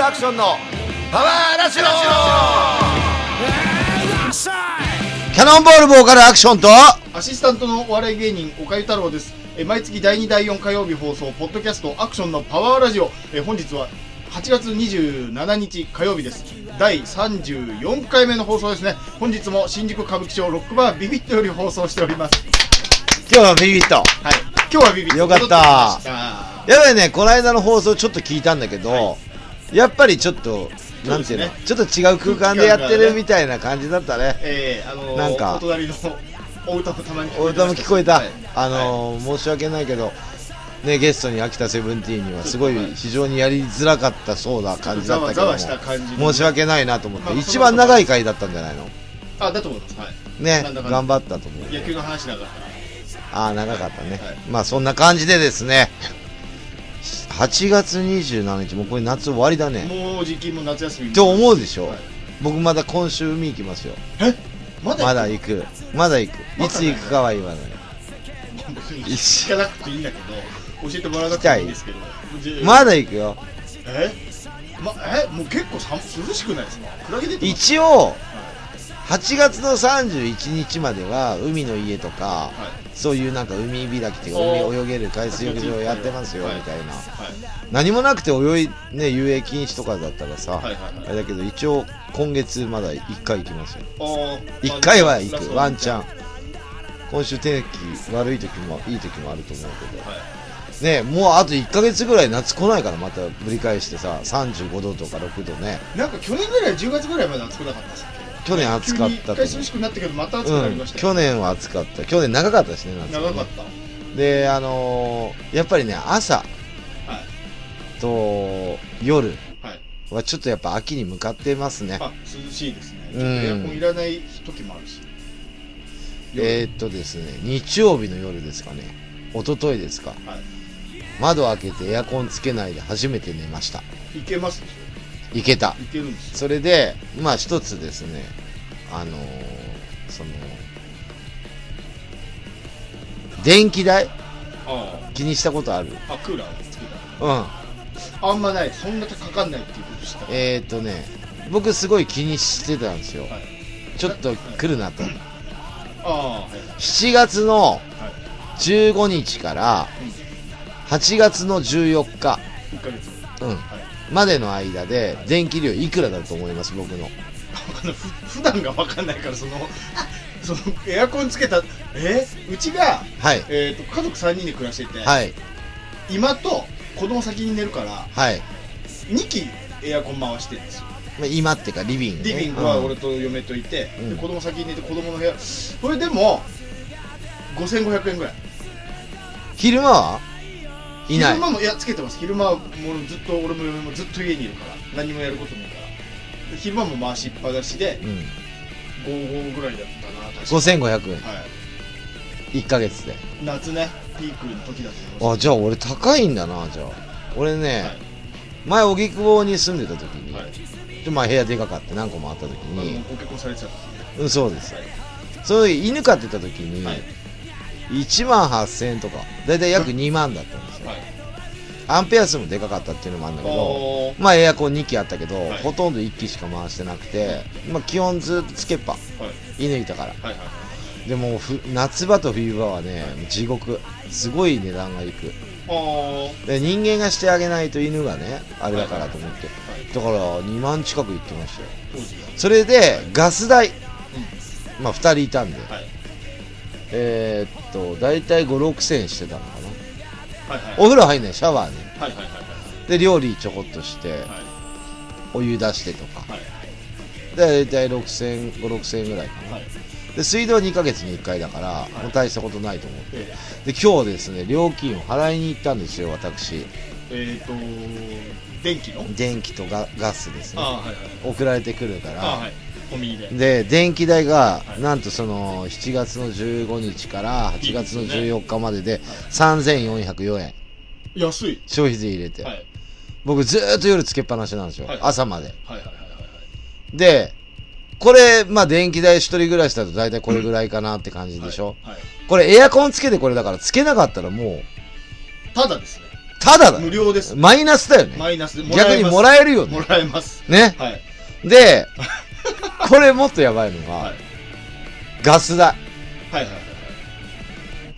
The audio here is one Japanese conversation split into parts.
アクションのパワーラジオ。キャノンボールボーカルアクションとアシスタントのお笑い芸人岡ゆ太郎です。毎月第2第4火曜日放送ポッドキャストアクションのパワーラジオ。本日は8月27日火曜日です。第34回目の放送ですね。本日も新宿歌舞伎町ロックバービビットより放送しております。 今日はビビット。 はい、今日はビビットよかった。やばいね、この間の放送ちょっと聞いたんだけど、はい、やっぱりちょっとなんていうの、ちょっと違う空間でやってるみたいな感じだったね。なんかお隣のお歌もたまにお歌も聞こえた。 はい、 申し訳ないけどね、ゲストに秋田セブンティーンにはすごい非常にやりづらかったそうな感じだったけども、申し訳ないなと思って、一番長い回だったんじゃないの？ だと思います。はい。ね、 頑張ったと思う。 野球の話長かった。 長かったね。まあそんな感じでですね。8月27日もうこれ夏終わりだね。 もう時期も夏休みって思うでしょ、はい、僕まだ今週海行きますよ。 まだ行く。いつ行くかは言わない。 行かなくていいんだけど教えてもらわなくてもいいんですけど、 まだ行くよ。 もう結構涼しくないですか？クラゲ出てます。 一応8月の31日までは海の家とか、はい、そういうなんか海開きっていうか海泳げる海水浴場やってますよみたいな、何もなくてね、遊泳禁止とかだったらさ、あれだけど一応今月まだ1回行きますよ。1回は行く、ワンチャン。今週天気悪い時もいい時もあると思うけど、ね、もうあと1ヶ月ぐらい夏来ないからまたぶり返してさ、35度とか6度ね。 なんか去年ぐらい10月ぐらいまで暑くなかったですか？ 去年暑かったと。 一回涼しくなったけどまた暑くなりました、 去年は暑かった。去年長かったですね、夏はね。 長かった。 でやっぱりね、朝と夜はちょっとやっぱ秋に向かってますね。 涼しいですね。ちょっとエアコンいらない時もあるし。 ですね、日曜日の夜ですかね、一昨日ですか、窓開けてエアコンつけないで初めて寝ました。 いけますでしょ？ いけた。 いけるんですよ。 それでまあ一つですね、電気代気にしたことある？ クーラーつけた。あんまない。そんなかかんないっていうことした。 僕すごい気にしてたんですよ、ちょっと来るなと。7月の15日から8月の14日、 1ヶ月、 までの間で電気料いくらだと思います？僕の普段が分かんないから、そのエアコンつけたうちが、家族3人で暮らしてて、今と子供先に寝るから、2機エアコン回してるんですよ。 今っていうかリビング、 リビングは俺と嫁といて、で子供先に寝て子供の部屋、それでも5500円ぐらい。 昼間はいない。 昼間もつけてます。昼間はもうずっと俺も嫁もずっと家にいるから何もやることないから、昼間も回しっぱなしで、55ぐらいだったな。確か 5500円、1ヶ月で。 夏ね、ピークの時だと思います。 じゃあ俺高いんだな。じゃあ俺ね、前荻窪に住んでた時に、部屋でかかって何個もあった時に、 ご結婚されてた時、 そうです、そういう犬飼ってた時に、1万8000円とかだいたい約2万だったんですよ、アンペア数もでかかったっていうのもあるんだけど、エアコン2機あったけど、ほとんど1機しか回してなくて、基本ずっとつけっぱ、犬いたから、でも夏場と冬場はね地獄、すごい値段がいく。で人間がしてあげないと犬がねあれだからと思って、だから2万近くいってましたよ。それでガス代、2人いたんで、だいたい5、6千円してたのかな、お風呂入んない、シャワーね、で料理ちょこっとして、お湯出してとか、でだいたい5、6千円ぐらいかな、で水道2ヶ月に1回だから、もう大したことないと思って、で今日ですね料金を払いに行ったんですよ、私。電気とガスですね、送られてくるから、で電気代がなんとその7月の15日から8月の14日までで3404円。 安い。 消費税入れて、僕ずーっと夜つけっぱなしなんですよ、朝まで。でこれ電気代一人暮らしだと大体これぐらいかなって感じでしょ、これエアコンつけてこれだから、つけなかったらもうただですね。 ただだ。 無料です。 マイナスだよね。 マイナスで逆にもらえるよね。 もらえます。 ね。 はい。 で、これもっとやばいのが、 はい、 ガス代。 はいはいはい。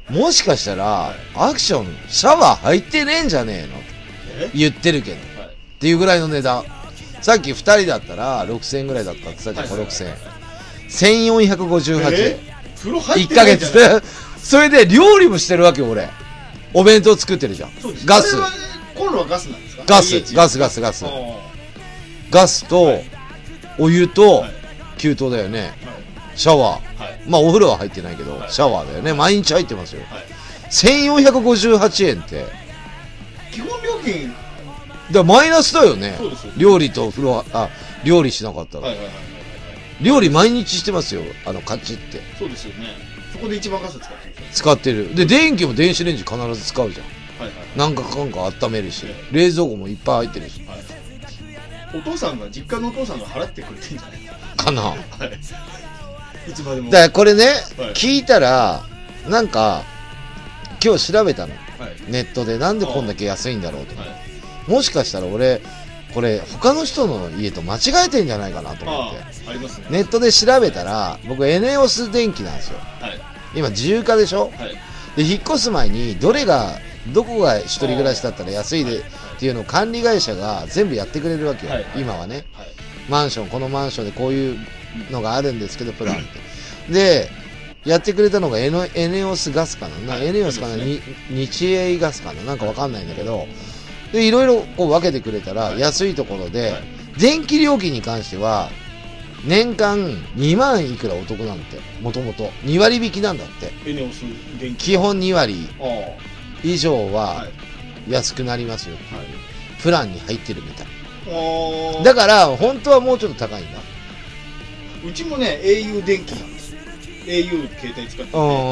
もしかしたら、 はい、 アクション、シャワー入ってねえんじゃねえの言ってるけど、はい。っていうぐらいの値段。さっき2人だったら6000円ぐらいだったって言ったじゃん、6000円。1458円。 風呂入って 1ヶ月。それで料理もしてるわけよ、俺。お弁当作ってるじゃん。ガス。 コンロはガスなんですか？ ガス。ガスと、お湯と、給湯だよね。シャワー。まあお風呂は入ってないけど、シャワーだよね。毎日入ってますよ。1458円って。 基本料金。 だマイナスだよね。料理と風呂、料理しなかったら。料理毎日してますよ、カチって。 そうですよね。そこで一番ガス使ってる。 使ってる。で、電気も電子レンジ必ず使うじゃん。なんかかんか温めるし、冷蔵庫もいっぱい入ってるし。 お父さんが、実家のお父さんが払ってくれてんじゃないかな。 いつまでも。 だからこれね、聞いたら、なんか、今日調べたの。ネットでなんでこんだけ安いんだろうと。もしかしたら俺、これ他の人の家と間違えてんじゃないかなと思って。 ありますね。 ネットで調べたら、僕エネオス電気なんですよ。今自由化でしょ、で引っ越す前にどこが一人暮らしだったら安いでっていうのを管理会社が全部やってくれるわけよ、今はね、このマンションでこういうのがあるんですけどプランってでやってくれたのがエネオスガスかな、エネオスかな、日英ガスかな、なんかわかんないんだけど、でいろいろこう分けてくれたら安いところで、電気料金に関しては年間2万いくらお得なんて、もともと2割引きなんだって。 エネオス電気基本2割以上は安くなりますよっていうプランに入ってるみたい。だから本当はもうちょっと高いんだ。 うちもね au 電気なんです。au 携帯使ってて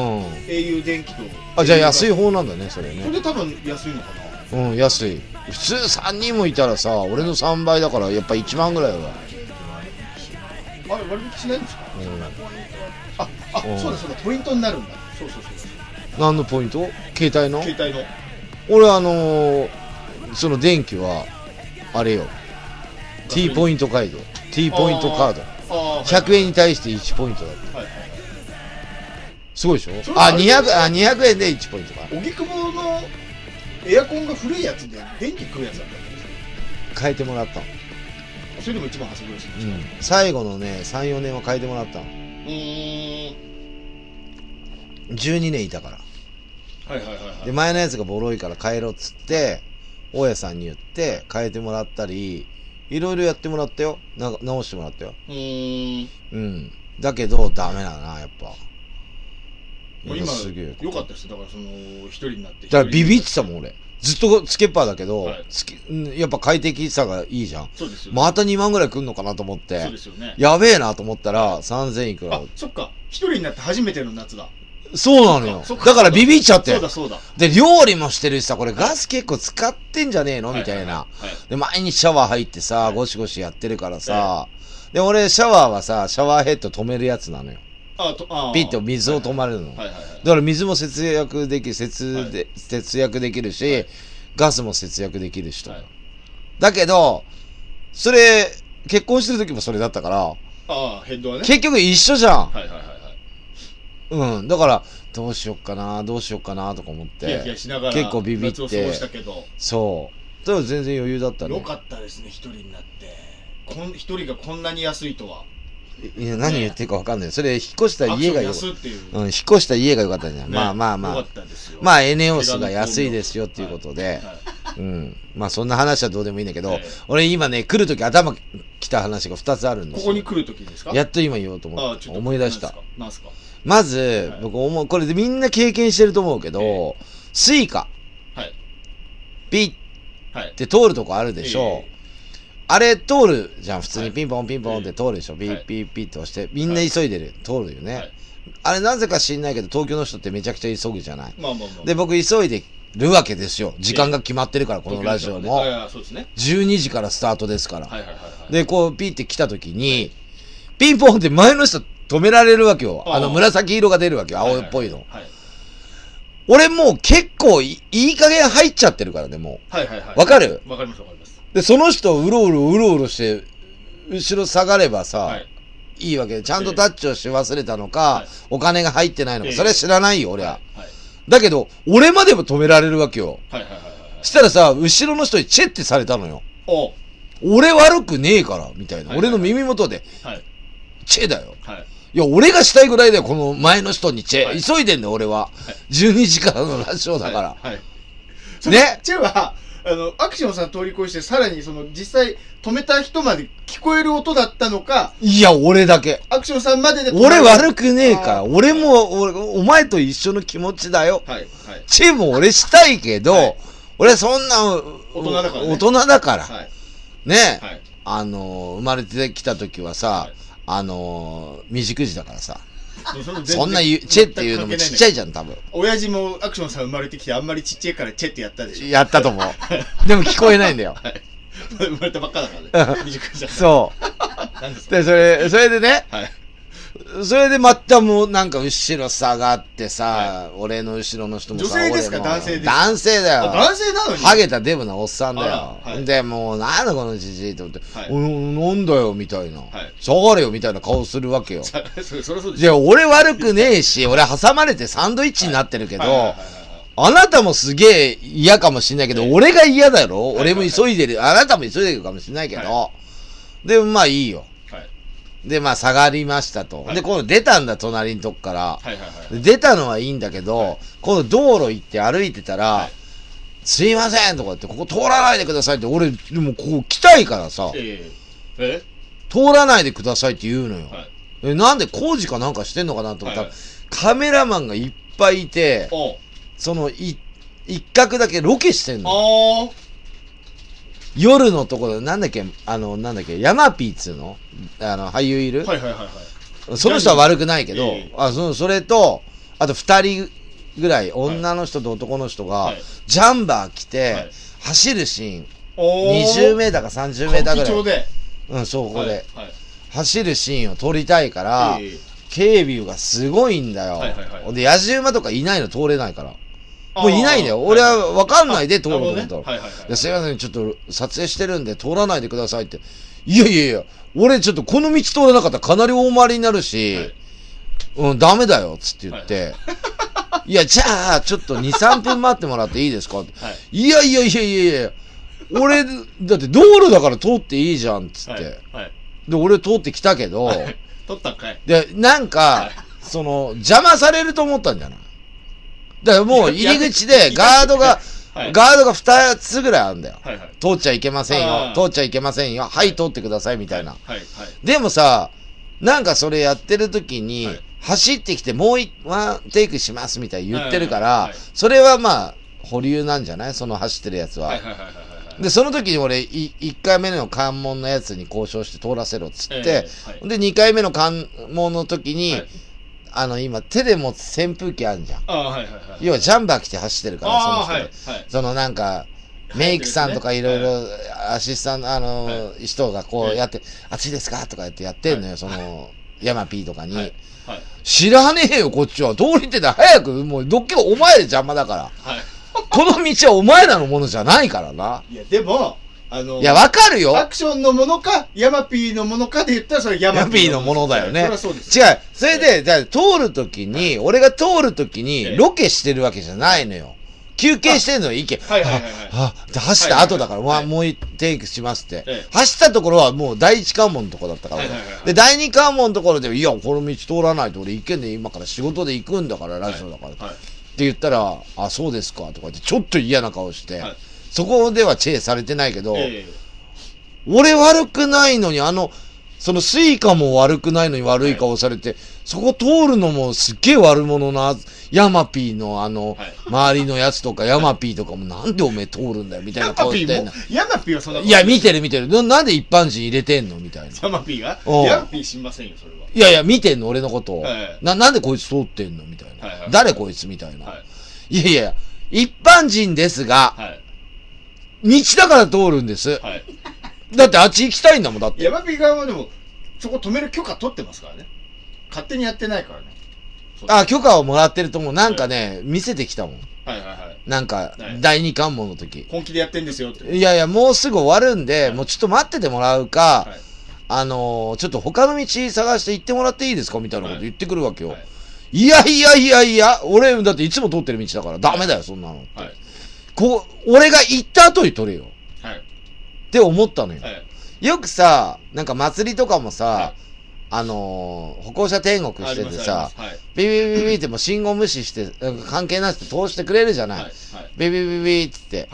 au 電気と。 じゃあ安い方なんだね、それね。 それで多分安いのかな。 安い。普通3人もいたらさ、俺の3倍だからやっぱ1万ぐらいは。 割引しないんですか？そうだ、ポイントになるんだ。そう。 何のポイント？携帯の？俺その電気はあれよ。T ポイントカード。T ポイントカード。100円に対して1ポイントだって。すごいでしょ？200円で1ポイントか。 荻窪のエアコンが古いやつで電気食うやつだったんですか？ 変えてもらったの。 それでも1万8000円ですか？ 最後のね 3,4 年は変えてもらったの。12年いたから。で前のやつがボロいから変えろっつって大家さんに言って変えてもらったりいろいろやってもらったよ。直してもらったよ。だけどダメだなやっぱ。 今良かったです。だから一人になって。 だからビビってたもん俺。ずっとつけっぱだけど、やっぱ快適さがいいじゃん。 そうですよね。 また2万ぐらい来んのかなと思って。 そうですよね。 やべえなと思ったら3000いくら。 そっか。一人になって初めての夏だ。 そうなのよ。だからビビっちゃって。 そうだ。 で、料理もしてるしさ、これガス結構使ってんじゃねえのみたいな。で、毎日シャワー入ってさ、ゴシゴシやってるからさ。で、俺シャワーはさ、シャワーヘッド止めるやつなのよ。ピッと水を止まるの。だから水も節約できるし、ガスも節約できるしと。だけど、それ、結婚してる時もそれだったから、 ヘッドはね。 結局一緒じゃん。だから、どうしよっかなとか思って、結構ビビって、そう。だから全然余裕だったね。 よかったですね、一人になって。一人がこんなに安いとは。 いや何言ってるか分かんない。それ引っ越した家が引っ越した家が良かったじゃん。まあエネオスが安いですよっていうことで、まあそんな話はどうでもいいんだけど、俺今ね来るとき頭きた話が2つあるんですよ。 ここに来るときですか？やっと今言おうと思い出した。 何すか？ まず僕これでみんな経験してると思うけど、スイカピッって通るとこあるでしょ。あれ通るじゃん。普通にピンポンピンポンって通るでしょ。ピッピッピッって押してみんな急いでる、通るよね。あれなぜか知んないけど東京の人ってめちゃくちゃ急ぐじゃない。で僕急いでるわけですよ。時間が決まってるからこのラジオも12時からスタートですから。でこうピッって来た時にピンポンって前の人止められるわけよ。紫色が出るわけよ、青っぽいの。 俺もう結構いい加減入っちゃってるからね、もう。はいはいはい。 わかる？ わかりますわかります。 で、その人うろうろして、後ろ下がればさ、 はい。 いいわけで、ちゃんとタッチをし忘れたのか、お金が入ってないのか、 ええそれは知らないよ、俺は。 はい。 だけど、俺までも止められるわけよ。 はいはいはいはい。 したらさ、後ろの人にチェってされたのよ。 お俺悪くねえから、みたいな。 はい俺の耳元で、 はい。 チェだよ。 はい。 いや、俺がしたいぐらいだよ、この前の人にチェ。 はい急いでんだよ、俺は。12時からのラジオだから。 はい。 ね。 チェは、アクションさん通り越して、さらに実際止めた人まで聞こえる音だったのか、 いや、俺だけ。 アクションさんまでで俺悪くねえから。俺も、お前と一緒の気持ちだよ。 はい。はい。 チェも俺したいけど、 はい俺そんな、 大人だからね大人だから。 はい。 ね、 はい。 生まれてきた時はさ、未熟児だからさ。そんなチェっていうのもちっちゃいじゃん、多分。 親父もアクションさん生まれてきてあんまりちっちゃいからチェってやったでしょ。 やったと思う。でも聞こえないんだよ。 はい。生まれたばっかだからね。未熟児だから。 そう。 なんですか。 で、それでね、 はい。 それでまたもうなんか後ろ下がってさ、俺の後ろの人もさ、 女性ですか俺も男性ですか？ 男性だよ。 男性なのにハゲたデブなおっさんだよ。 あらはいで、もうなんだこのじじいと思って、 はいなんだよみたいな、 はい下がれよみたいな顔するわけよ。 そりゃそうですじゃあ俺悪くねえし、俺挟まれてサンドイッチになってるけど、 はいはいはいはいあなたもすげえ嫌かもしんないけど、 ええ俺が嫌だろ、 はい俺も急いでる。あなたも急いでるかもしんないけど、 はで、まあいいよ。 はいで、まあ下がりましたと。 はいで、今度出たんだ、隣のとこから。 はいはいはいで出たのはいいんだけど、 はい今度道路行って歩いてたら、 はいすいませんとか言って、ここ通らないでくださいって、俺、でもここ来たいからさ、 え通らないでくださいって言うのよ。 はいなんで工事かなんかしてんのかなと思ったら、 はいはいカメラマンがいっぱいいて、 お一角だけロケしてんの。 あ夜のところで、なんだっけ、ヤマピーっつうの俳優いる、 はいはいはいはいその人は悪くないけど、 えそれと、あと二人ぐらい、女の人と男の人がはい、 ジャンバー着て、 はい走るシーン、 おー 20メーターか30メーターぐらい。 歌舞伎町でそこで、 はいはい走るシーンを撮りたいから、 ええ警備がすごいんだよ。 はいはいはいで、野じ馬とかいないの通れないから。 あーもういないんだよ。俺は分かんないで通ると思ったの。 はいはいはいですいません、ちょっと撮影してるんで通らないでくださいって。いやいやいや、俺ちょっとこの道通らなかったらかなり大回りになるし、ダメだよ、つって言って。いや、じゃあ、ちょっと2、3分待ってもらっていいですかって。 はいいやいやいやいやいや、俺、だって道路だから通っていいじゃん、つって。 はいで、俺通ってきたけど、 取ったんかいで、なんか、邪魔されると思ったんじゃない？だからもう入り口でガードが、 はいガードが2つぐらいあるんだよ。 はいはい通っちゃいけませんよ。 あー通っちゃいけませんよ。はい、通ってください、みたいな。 はいはいでもさ、なんかそれやってる時に、 はい走ってきてもうワンテイクしますみたいに言ってるから、 はいはいはいそれはまあ、保留なんじゃない？その走ってるやつは。 はいはいはいはいはいで、その時に俺、1回目の関門のやつに交渉して通らせろっつって、 はいで、2回目の関門の時に、 はい今、手で持つ扇風機あるじゃん。 ああはいはいはい要はジャンバー着て走ってるから、その人。 ああはいはいそのなんか、メイクさんとかいろいろアシスタント、人がこうやって、暑いですかとかやってやってんのよ、ヤマピーとかに。 はい知らねえよ、こっちは。通り手で早く、もう、どっけお前で邪魔だから。 はいこの道はお前らのものじゃないからな。 いやでもいや、わかるよ。 アクションのものかヤマピーのものかで言ったらそれヤマヤマピーのものだよね。 それはそうです違う。それで、じゃあ通るときに、俺が通るときに、ロケしてるわけじゃないのよ。休憩してんのよ、行け。 はいはいはいはいで走った後だから、 はいもう一テイクしますって。 ええ走ったところはもう第一関門のとこだったから。 はいはいはいはいで、第二関門のところで、いや、この道通らないと俺行けんで、今から仕事で行くんだから、ラジオだから。 はいって言ったら、あ、そうですか、とか言って、ちょっと嫌な顔して、 はいそこではチェイされてないけど、 え俺悪くないのに、そのスイカも悪くないのに悪い顔されて、そこ通るのもすっげえ悪者な、ヤマピーの周りのやつとか、ヤマピーとかもなんでおめえ通るんだよ、みたいな顔してんの。 ヤマピーはそんなこといや、見てる見てる。なんで一般人入れてんのみたいな。 ヤマピーがおうヤマピー知りませんよそれはいやいや、見てんの俺のことを。 はいなんでこいつ通ってんのみたいな。 はいはい誰こいつみたいな。 はいいやいや、一般人ですが、 はい道だから通るんです。 はいだってあっち行きたいんだもん、だって。 ヤマピー側はでもそこ止める許可取ってますからね勝手にやってないからねあ、許可をもらってると思う。なんかね、見せてきたもん。 はいはいはい。 なんか、 はい、 第2関門の時。 本気でやってんですよって。 いやいや、もうすぐ終わるんで、もうちょっと待っててもらうか、ちょっと他の道探して行ってもらっていいですかみたいなこと言ってくるわけよ。いやいやいやいや、俺、だっていつも通ってる道だから、ダメだよ、そんなのって。俺が行った後に取れよ。って思ったのよ。よくさ、なんか祭りとかもさ、歩行者天国しててさ、ビビビビビってもう信号無視して、関係なしで通してくれるじゃない。ビビビビって言って、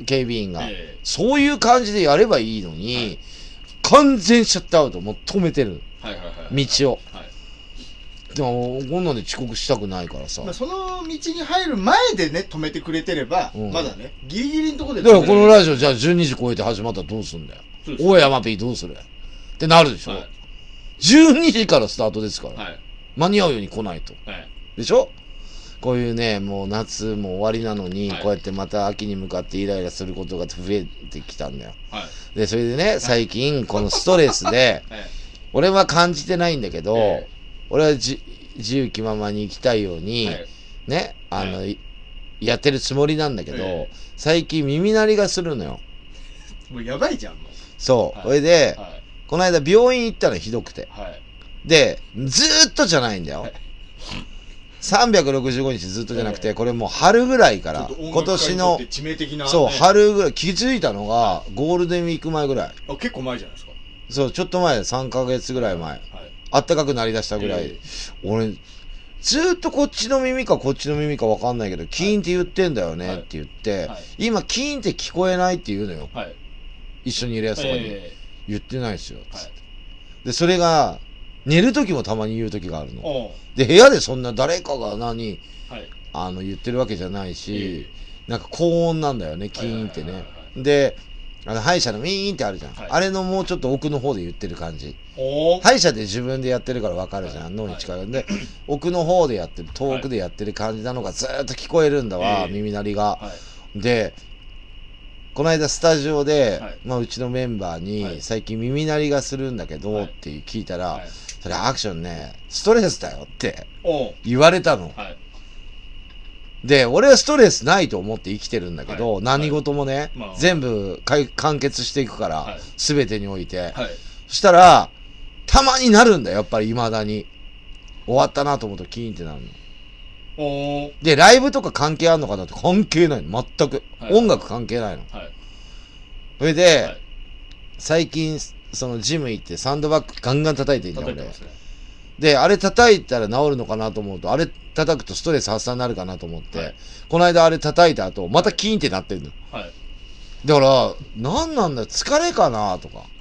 警備員が。そういう感じでやればいいのに、完全シャットアウト、もう止めてる。道を。でも、こんなんで遅刻したくないからさ。 その道に入る前でね、止めてくれてれば、まだね、ギリギリのところで。 だからこのラジオじゃあ12時超えて始まったらどうすんだよ。おい、山Pどうするってなるでしょ。12時からスタートですから。間に合うように来ないと。でしょ。こういうね、もう夏も終わりなのに、こうやってまた秋に向かってイライラすることが増えてきたんだよ。で、それでね、最近、このストレスで、俺は感じてないんだけど、俺は自由気ままに生きたいように、ね、やってるつもりなんだけど、最近耳鳴りがするのよ。 もうやばいじゃん、もう。 そう。それで、この間病院行ったらひどくて。で、ずーっとじゃないんだよ。365日ずっとじゃなくて、これもう春ぐらいから、今年の、そう、春ぐらい、気づいたのが、ゴールデンウィーク前ぐらい。 結構前じゃないですか。 そう、ちょっと前、3ヶ月ぐらい前。あったかくなりだしたぐらい。俺、ずーっとこっちの耳かこっちの耳かわかんないけど、キーンって言ってんだよねって言って、今、キーンって聞こえないって言うのよ。一緒にいるやつとかに。言ってないですよ。で、それが、寝るときもたまに言うときがあるの。で、部屋でそんな誰かが言ってるわけじゃないし、なんか高音なんだよね、キーンってね。で、歯医者のウィーンってあるじゃん。あれのもうちょっと奥の方で言ってる感じ。歯医者で自分でやってるから分かるじゃん、脳に近い。で、奥の方でやってる、遠くでやってる感じなのがずーっと聞こえるんだわ、耳鳴りが。で、この間スタジオで、うちのメンバーに、最近耳鳴りがするんだけど、って聞いたら、それアクションね、ストレスだよって言われたの。で、俺はストレスないと思って生きてるんだけど、何事もね、全部完結していくから、すべてにおいて。そしたら、たまになるんだよ、やっぱり未だに。終わったなと思うとキーンってなるの。で、ライブとか関係あんのかなって関係ないの、全く。音楽関係ないの。それで、最近、そのジム行ってサンドバッグガンガン叩いてんじゃん、俺。で、あれ叩いたら治るのかなと思うと、あれ叩くとストレス発散になるかなと思って、この間あれ叩いた後、またキーンってなってんの。だから、なんなんだよ、疲れかなとか。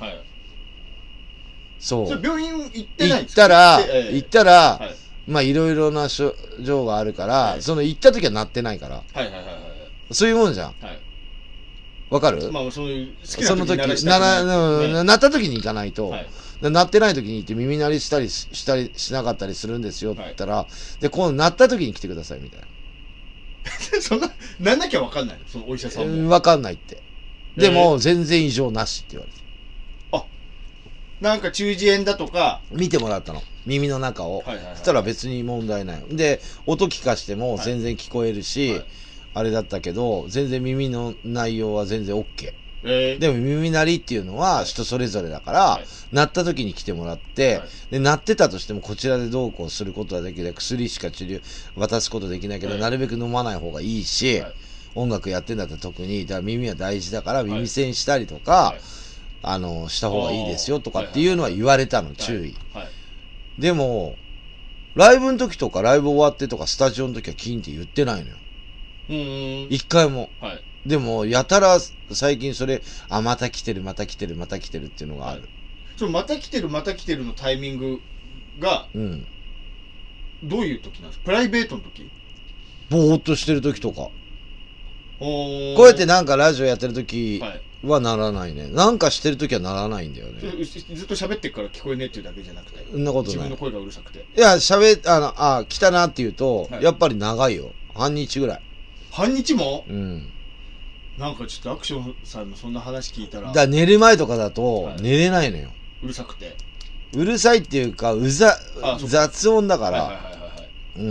そう。 病院行ってないんですか？行ったら、いろいろな症状があるから、その行った時はなってないから。そういうもんじゃん。わかる？その時、なった時に行かないと、なってない時に行って耳鳴りしたりしなかったりするんですよって言ったら、で、今度なった時に来てくださいみたいな。 そんな、なんなきゃわかんないの？そのお医者さんも。 わかんないって。でも、全然異常なしって言われて。 なんか中耳炎だとか。 見てもらったの。耳の中を。そしたら別に問題ない。で、音聞かしても全然聞こえるし、あれだったけど、全然耳の内容は全然 OK。でも耳鳴りっていうのは人それぞれだから、鳴った時に来てもらって、で、鳴ってたとしてもこちらでどうこうすることはできない。薬しか渡すことできないけど、なるべく飲まない方がいいし、音楽やってんだったら特に、だから耳は大事だから耳栓したりとか、した方がいいですよとかっていうのは言われたの、注意。でも、ライブの時とかライブ終わってとかスタジオの時はキーンって言ってないのよ。一回も。でも、やたら最近それ、また来てる、また来てる、また来てるっていうのがある。 そのまた来てる、また来てるのタイミングが、どういう時なんですか？プライベートの時？ ぼーっとしてる時とか。こうやってなんかラジオやってる時はならないね。なんかしてる時はならないんだよね。 ずっと喋ってるから聞こえねえっていうだけじゃなくて。 そんなことない。 自分の声がうるさくて。 いや、来たなって言うと、やっぱり長いよ。半日ぐらい。 半日も？なんかちょっとアクションさんのそんな話聞いたら。 寝る前とかだと、寝れないのよ。 うるさくて。 うるさいっていうか、雑音だから。 うん。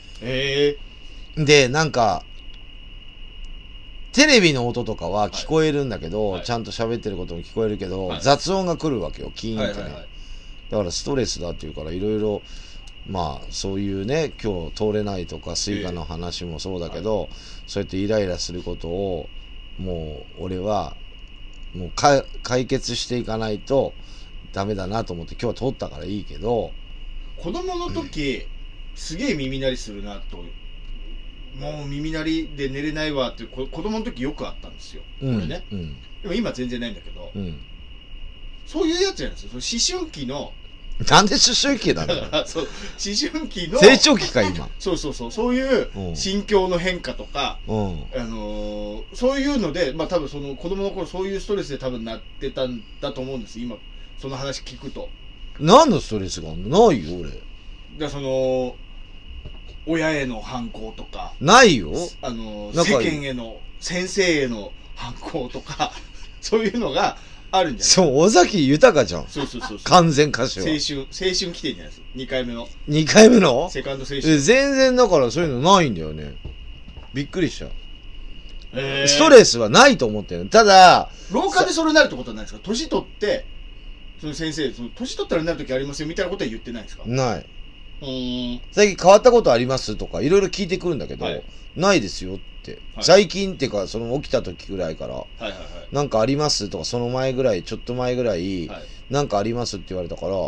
で、 なんか、テレビの音とかは聞こえるんだけど、はい、ちゃんと喋ってることも聞こえるけど、はい、雑音が来るわけよ、キーンってね、はいはいはい。だからストレスだっていうから、いろいろ、まあ、そういうね、今日通れないとか、スイカの話もそうだけど、そうやってイライラすることを、もう、俺は、もう解決していかないとダメだなと思って、今日は通ったからいいけど。 子供の時、すげえ耳鳴りするなと。もう耳鳴りで寝れないわって子供の時よくあったんですよ、これね、うん、でも今全然ないんだけど、うん、そういうやつじゃないですよ。その思春期のなんで思春期なんだよそう思春期の成長期か今そういう心境の変化とか、そういうので、まあ多分その子供の頃そういうストレスで多分なってたんだと思うんです。今その話聞くと。 何のストレスがあんの？ないよ俺。 だその親への反抗とかないよ。 世間への先生への反抗とかそういうのがあるんじゃない？そう、 尾崎豊じゃん。 そう完全歌手は。 青春来てんじゃないですか。2回目のセカンド青春。 全然だからそういうのないんだよね。びっくりした。ストレスはないと思ってる。ただ廊下でそれになるってことはないですか？年取ってその先生年取ったらなる時ありますよみたいなことは言ってないですか？ ない。最近変わったことありますとかいろいろ聞いてくるんだけど、はい、ないですよって、はい、最近っていうかその起きた時ぐらいから、はいはいはい、なんかありますとかその前ぐらいちょっと前ぐらい、はい、なんかありますって言われたから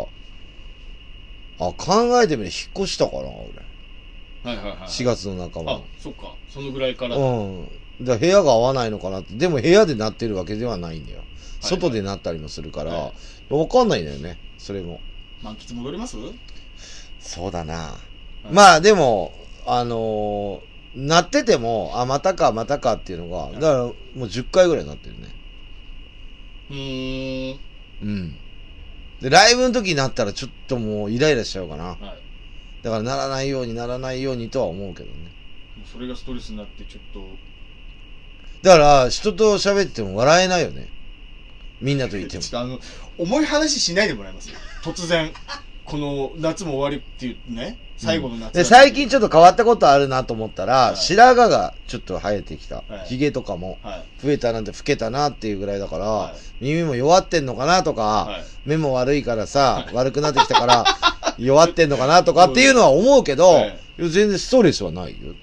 考えてみれ引っ越したかな俺、はいはいはい、4月の半ば。 そっかそのぐらいから。 だから部屋が合わないのかなって。でも部屋で鳴ってるわけではないんだよ、はいはい、外で鳴ったりもするから、はい、分かんないんだよねそれも。 満喫戻ります？ そうだな、はい、まあでも鳴っててもまたかっていうのが、はい、だからもう10回ぐらい鳴ってるね。うんでライブの時になったらちょっともうイライラしちゃうかな、はい、だからならないようにとは思うけどね。 それがストレスになってちょっとだから人と喋っても笑えないよね、みんなと言っても。 ちょっと重い話しないでもらえます？突然この夏も終わりっていうね、最後の夏、 で最近ちょっと変わったことあるなと思ったら、はい、白髪がちょっと生えてきた、はい、ヒゲとかも増えたなんて老けたなっていうぐらいだから、はい、耳も弱ってんのかなとか、はい、目も悪いからさ、はい、悪くなってきたから弱ってんのかなとかっていうのは思うけど、はい、全然ストレスはないよ。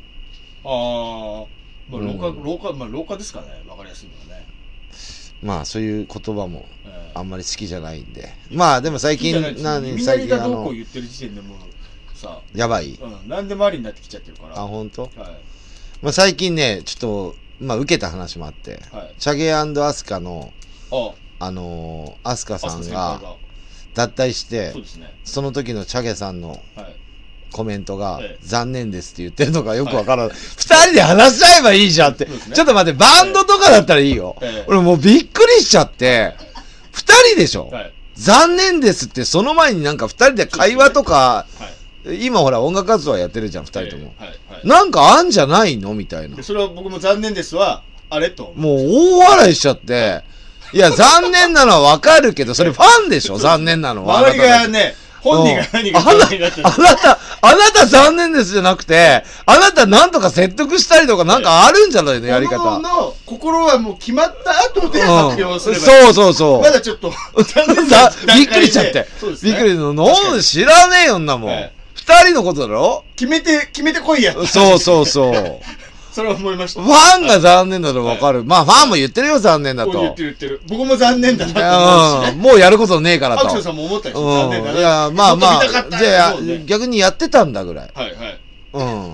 まあ、廊下ですかね、わかりやすいのはね。 まあそういう言葉もあんまり好きじゃないんで、まあでも最近耳鳴りがどうこう言ってる時点でもうさやばい、 何でもありになってきちゃってるから。 本当？はい。まあ最近ねちょっと受けた話もあって、はい、チャゲ&アスカのアスカさんが脱退して、そうですね、その時のチャゲさんの、はい、コメントが、残念ですって言ってるのがよくわからない。二人で話し合えばいいじゃんって。ちょっと待って、バンドとかだったらいいよ。俺もうびっくりしちゃって、二人でしょ、残念ですって、その前になんか二人で会話とか、今ほら音楽活動やってるじゃん、二人とも。なんかあんじゃないのみたいな。 それは僕も残念ですは、あれと。 もう大笑いしちゃって、いや、残念なのはわかるけど、それファンでしょ残念なのは。 周りがね、本人が何が残念になってる。あなた残念ですじゃなくて、あなたなんとか説得したりとかなんかあるんじゃないの、やり方。 の心はもう決まった後で発表すればいい。 そう。 まだちょっと、 びっくりしちゃって。びっくりの。なんで知らねえよんなもん。二人のことだろ？ 決めてこいや。 そう。 それは思いました。 ファンが残念だと分かる。まあファンも言ってるよ、残念だと。 言ってる。僕も残念だなと思うしね。 もうやることねえからと。 アクションさんも思ったでしょ、残念だな。いや、まあ、じゃあ逆にやってたんだぐらい。はい。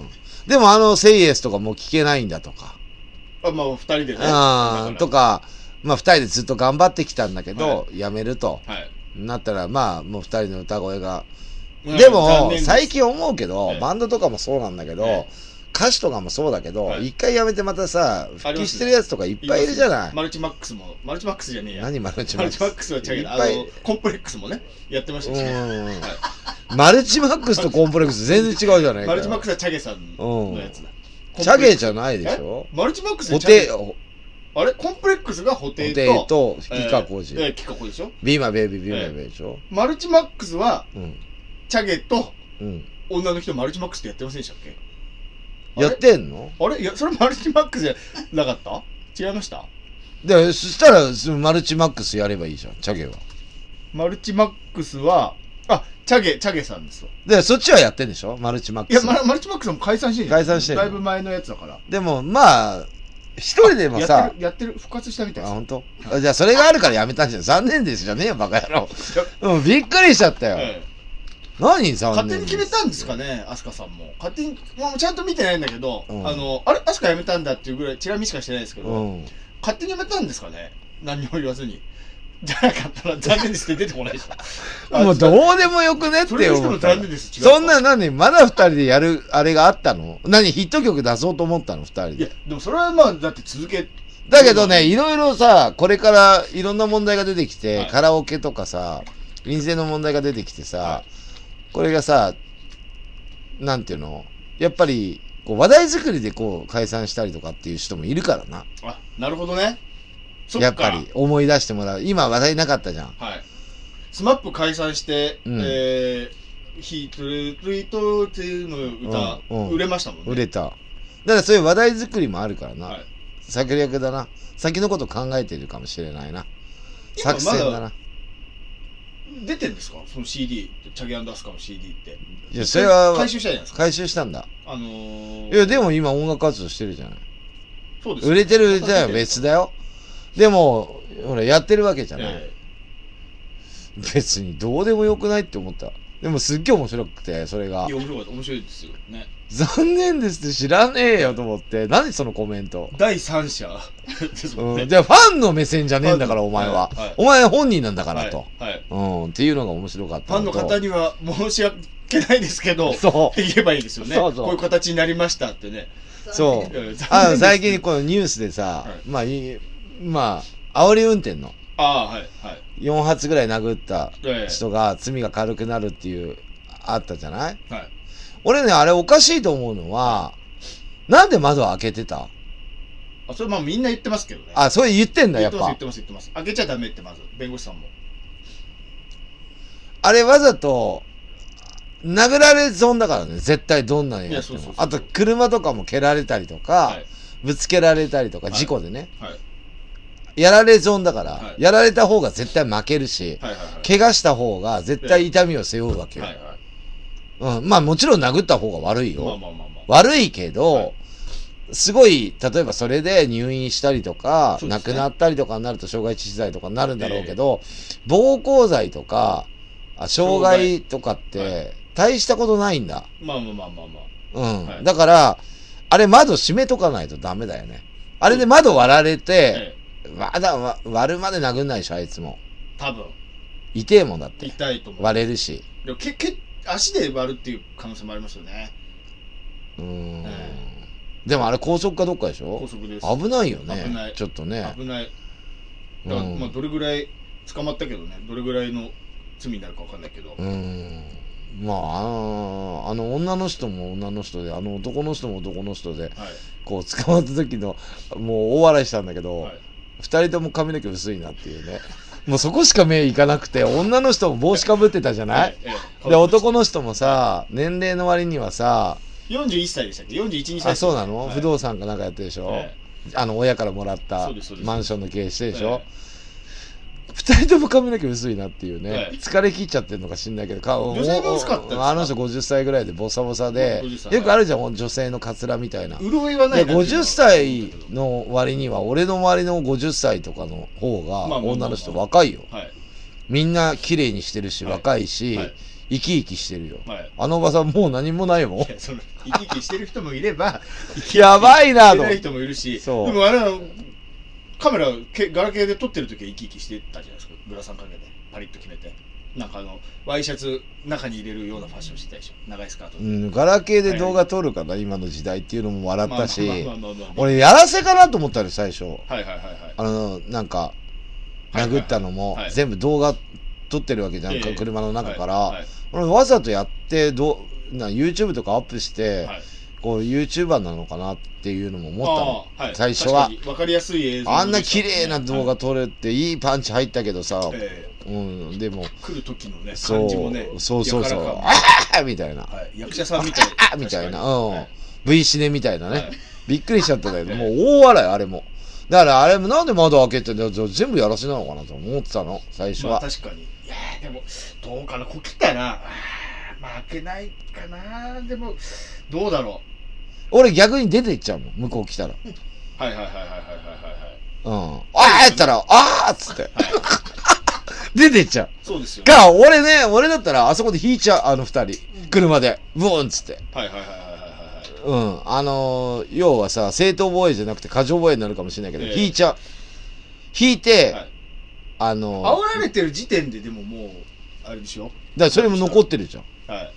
でもセイエスとかもう聞けないんだとか。 まあ二人でね。 とか、まあ二人でずっと頑張ってきたんだけど、やめると。なったら、まあもう二人の歌声が。でも、最近思うけど、バンドとかもそうなんだけど、歌手とかもそうだけど、一回やめてまたさ、復帰してるやつとかいっぱいいるじゃない。 マルチマックスじゃねえや。 何マルチマックス？ マルチマックスは違うけど、コンプレックスもね、やってましたしね。 マルチマックスとコンプレックス全然違うじゃないか。 マルチマックスはチャゲさんのやつだ。 チャゲじゃないでしょ？ マルチマックスはチャゲ。あれコンプレックスが布袋とキカコジ。 キカコジでしょ？ ビーマベイビーでしょ？ マルチマックスは、チャゲと、 女の人マルチマックスってやってませんでしたっけ？ やってんの？ あれいや、それマルチマックスじゃなかった？違いました？ で、そしたらマルチマックスやればいいじゃん、チャゲは。 マルチマックスは、チャゲさんですわ。 で、そっちはやってんでしょ、マルチマックス。 いや、マルチマックスも解散してる。 解散してる。 だいぶ前のやつだから。 でも、まあ、一人でもさ、 やってる、復活したみたいです。 本当？じゃあ、それがあるからやめたんじゃん。残念ですじゃねえよ、バカ野郎。うん、びっくりしちゃったよ。何残念？ 勝手に決めたんですかね、アスカさんも。勝手に、ちゃんと見てないんだけど、あれ、アスカやめたんだっていうぐらい、チラ見しかしてないですけど、勝手にやめたんですかね、何にも言わずに。じゃなかったら残念ですって出てこないでしょ。 もうどうでもよくねって思った。 残念です。 そんなまだ二人でやるあれがあったの？ヒット曲出そうと思ったの二人で。 いや、でもそれはまあ、だって続け。 だけどね、いろいろさ、これからいろんな問題が出てきて、カラオケとかさ、陰性の問題が出てきてさ、これがさ、なんていうの？やっぱり、話題作りで解散したりとかっていう人もいるからな。 なるほどね。 やっぱり思い出してもらう。今話題なかったじゃん。 はい。スマップ解散して、ヒートルイートっていうの歌、売れましたもんね。 売れた。だからそういう話題作りもあるからな。策略だな。先のこと考えてるかもしれないな。作戦だな。 出てんですか？その CD、チャゲ&アスカの CD って。 いや、それは回収したじゃないですか。 回収したんだ。いや、でも今音楽活動してるじゃない。 そうです。 売れてるじゃ別だよ。でも、ほら、やってるわけじゃない。別にどうでもよくないって思った。でもすっげえ面白くて、それが。 いや、面白いですよね。 残念ですって知らねえよと思って。何そのコメント。 第三者ですもんね。 じゃあファンの目線じゃねえんだから、お前は。お前本人なんだからと。っていうのが面白かった。 ファンの方には申し訳ないですけど、言えばいいですよね。こういう形になりましたってね。 そう。最近このニュースでさ、まあ、煽り運転の。4発ぐらい殴った人が罪が軽くなるっていう、あったじゃない？俺ね、あれおかしいと思うのは、なんで窓開けてた？ それみんな言ってますけどね。 それ言ってんだ、やっぱ。 言ってます。開けちゃダメって、まず、弁護士さんも。 あれわざと、殴られ損だからね、絶対どんなにやっても。あと、車とかも蹴られたりとか、ぶつけられたりとか、事故でね。やられ損だから、やられた方が絶対負けるし、怪我した方が絶対痛みを背負うわけよ。まあもちろん殴った方が悪いよ。悪いけど、すごい、例えばそれで入院したりとか、亡くなったりとかになると傷害致死罪とかになるんだろうけど、暴行罪とか、傷害とかって、大したことないんだ。だから、あれ窓閉めとかないとダメだよね。あれで窓割られて、割るまで殴んないでしょ、あいつも。 多分。 痛えもんだって。 痛いと思う。 割れるし。 足で割るっていう可能性もありますよね。 でもあれ高速かどっかでしょ？ 高速です。 危ないよね。危ない。ちょっとね。 危ない。だからどれぐらい捕まったけどね、どれぐらいの罪になるかわかんないけど。 まあ、女の人も女の人で、男の人も男の人で、こう捕まった時の、もう大笑いしたんだけど、二人とも髪の毛薄いなっていうね。もうそこしか目いかなくて、女の人も帽子かぶってたじゃない？で、男の人もさ、年齢の割にはさ、 41歳でしたっけ？ 41、2歳。 そうなの？不動産かなんかやってるでしょ？親からもらったマンションの経営してるでしょ？二人とも髪の毛薄いなっていうね、疲れ切っちゃってるのか知んないけど、 女性が薄かったですか？ あの人50歳ぐらいでボサボサで、よくあるじゃん、女性のカツラみたいな。 潤いはないな。 50歳の割には、俺の周りの50歳とかの方が、女の人若いよ。みんな綺麗にしてるし、若いし、生き生きしてるよ。あのおばさんもう何もないもん。 生き生きしてる人もいれば、 やばいなと。 生き生きしてない人もいるし、でもあれは、カメラ、ガラケーで撮ってる時は生き生きしてたじゃないですか。グラサンかけて、パリッと決めて。なんかワイシャツ中に入れるようなファッションしてたでしょ。長いスカートで。ガラケーで動画撮るかな、今の時代っていうのも笑ったし、俺やらせかなと思ったよ、最初。なんか、殴ったのも、全部動画撮ってるわけじゃんか、車の中から。俺わざとやって、YouTube とかアップして、 こう YouTuber なのかなっていうのも思ったの、はい、最初は分かりやすい映像、 あんな綺麗な動画撮れていいパンチ入ったけどさ、うん、でも来る時のね感じもね、 そうああみたいな、 はい、役者さんみたいなあみたいな、はい、V シネみたいなね、はい、びっくりしちゃったんだけど、もう大笑いあれも。だからあれもなんで窓開けてんだよ、全部やらせなのかなと思ってたの最初は。 まあ確かに。いやでもどうかな、こう来たらまあ開けないかな。でもどうだろう。俺逆に出ていっちゃうの、向こう来たら。 はいはいはいはいはいはいはい。 うん。ああやったらあーっつって、はい、出てっちゃう。 そうですよ、 ね。俺だったらあそこで引いちゃう、あの二人車でブーンっつって。 はいはいはいはい。 うん、要はさ、正当防衛じゃなくて過剰防衛になるかもしれないけど、引いちゃう。引いて、はい、 煽られてる時点ででももう、あれでしょ？だからそれも残ってるじゃん。 はい。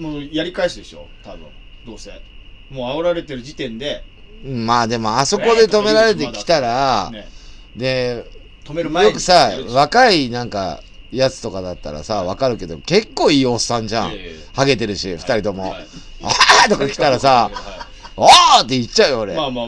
もうやり返すでしょ？多分。どうせ。もう煽られてる時点で。 まあでも、あそこで止められてきたら、ね、で、 止める前によくさ、若いなんか、やつとかだったらさ、わかるけど、結構いいおっさんじゃん。ハゲてるし、二人とも。あーとか来たらさ、おーって言っちゃうよ、俺。 まあ。うん。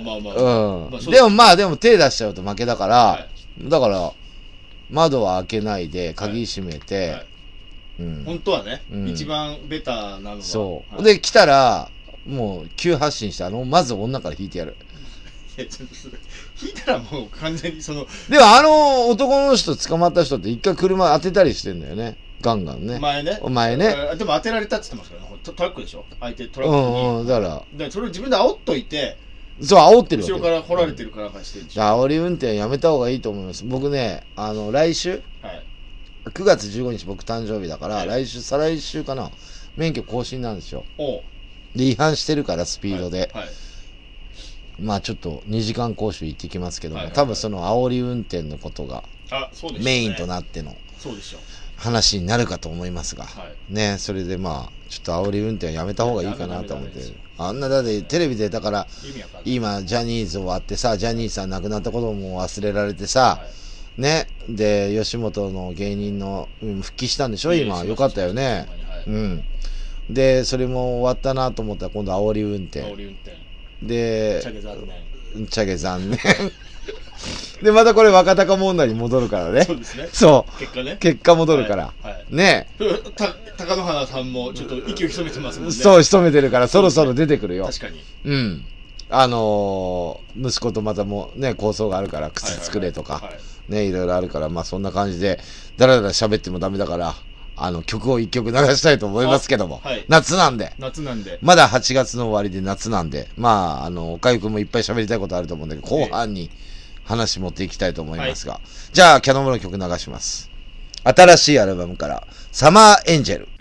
でも手出しちゃうと負けだから、だから、窓は開けないで、鍵閉めて、 本当はね、一番ベターなのは。 そう。で、来たら、もう、急発進して、まず女から引いてやる。 いや、ちょっと引いたらもう完全にその。 でも男の人捕まった人って一回車当てたりしてんだよね。ガンガンね。 前ね。でも当てられたって言ってますからね。トラックでしょ、相手トラックに。 だから。 それを自分で煽っといて。 そう、煽ってるわけ。 後ろから掘られてるからしてるんでしょ。 煽り運転やめた方がいいと思います。僕ね、来週、9月15日僕誕生日だから、再来週かな、免許更新なんですよ。で、違反してるからスピードで。まあちょっと2時間講習行ってきますけども、多分その煽り運転のことがメインとなっての話になるかと思いますが、ね、それでまあちょっと煽り運転はやめた方がいいかなと思って。あんなだってテレビでだから今ジャニーズ終わってさ、ジャニーさん亡くなったことも忘れられてさ、ね、で吉本の芸人の復帰したんでしょ今。よかったよね。うん。でそれも終わったなと思ったら今度煽り運転で、チャゲ残念。で、またこれ若隆問題に戻るからね。 そうですね。 そう。 結果ね。 結果戻るから。ねえ。貴乃花さんもちょっと息を潜めてますもんね。 そう、潜めてるから、そろそろ出てくるよ。 確かに。 うん。息子とまたもね、構想があるから、靴作れとか、ね、いろいろあるから、まあそんな感じで、だらだら喋ってもダメだから、曲を一曲流したいと思いますけども、夏なんで。まだ8月の終わりで夏なんで、まあ、おかゆくんもいっぱい喋りたいことあると思うんだけど、後半に話持っていきたいと思いますが、じゃあ、キャノンボの曲流します。新しいアルバムから、サマーエンジェル。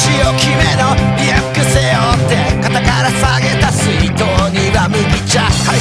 リュック背負って肩から下げた水筒には麦茶入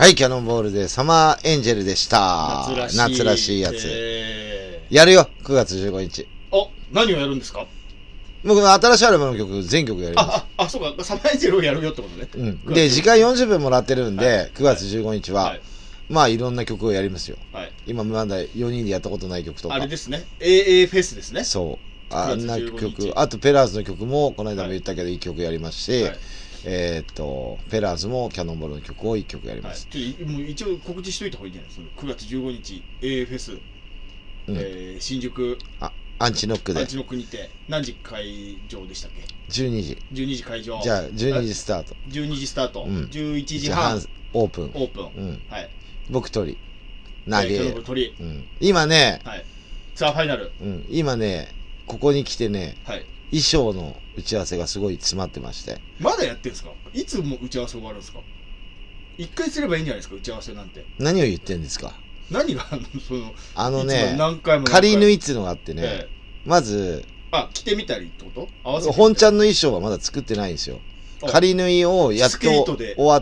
はい、キャノンボールでサマーエンジェルでした。夏らしいやつ。やるよ、9月15日。 あ、何をやるんですか？ 僕、新しいアルバムの曲、全曲やります。 そうか、サマーエンジェルをやるよってことね。 うん。で、時間40分もらってるんで、はい、9月15日は、はい、まあ、いろんな曲をやりますよ。はい、今、まだ4人でやったことない曲とか。 あれですね。AA フェスですね。 そう。あんな曲。あと、ペラーズの曲も、この間も言ったけど、1曲やりますし、はい、ペラーズもキャノンボールの曲を1曲やります。 はい、もう一応告知しといた方がいいんじゃないですか。9月15日、AA フェス、新宿。 アンチノックで。 アンチノックにて、何時会場でしたっけ？ 12時。 12時会場。 じゃあ、12時スタート。 12時スタート。 うん、 11時半。 オープン。 オープン。 うん。 はい。 僕鳥。投げ。 鳥。 うん。今ね、 はい。ツアーファイナル。 うん。今ね、ここに来てね、 はい。 衣装の打ち合わせがすごい詰まってまして。 まだやってんすか？いつも打ち合わせ終わるんですか？一回すればいいんじゃないですか、打ち合わせなんて。 何を言ってんですか？ 何がね、仮縫いっていうのがあってね、まず、 着てみたりってこと？合わせて本ちゃんの衣装はまだ作ってないんですよ。仮縫いをやっと終わって、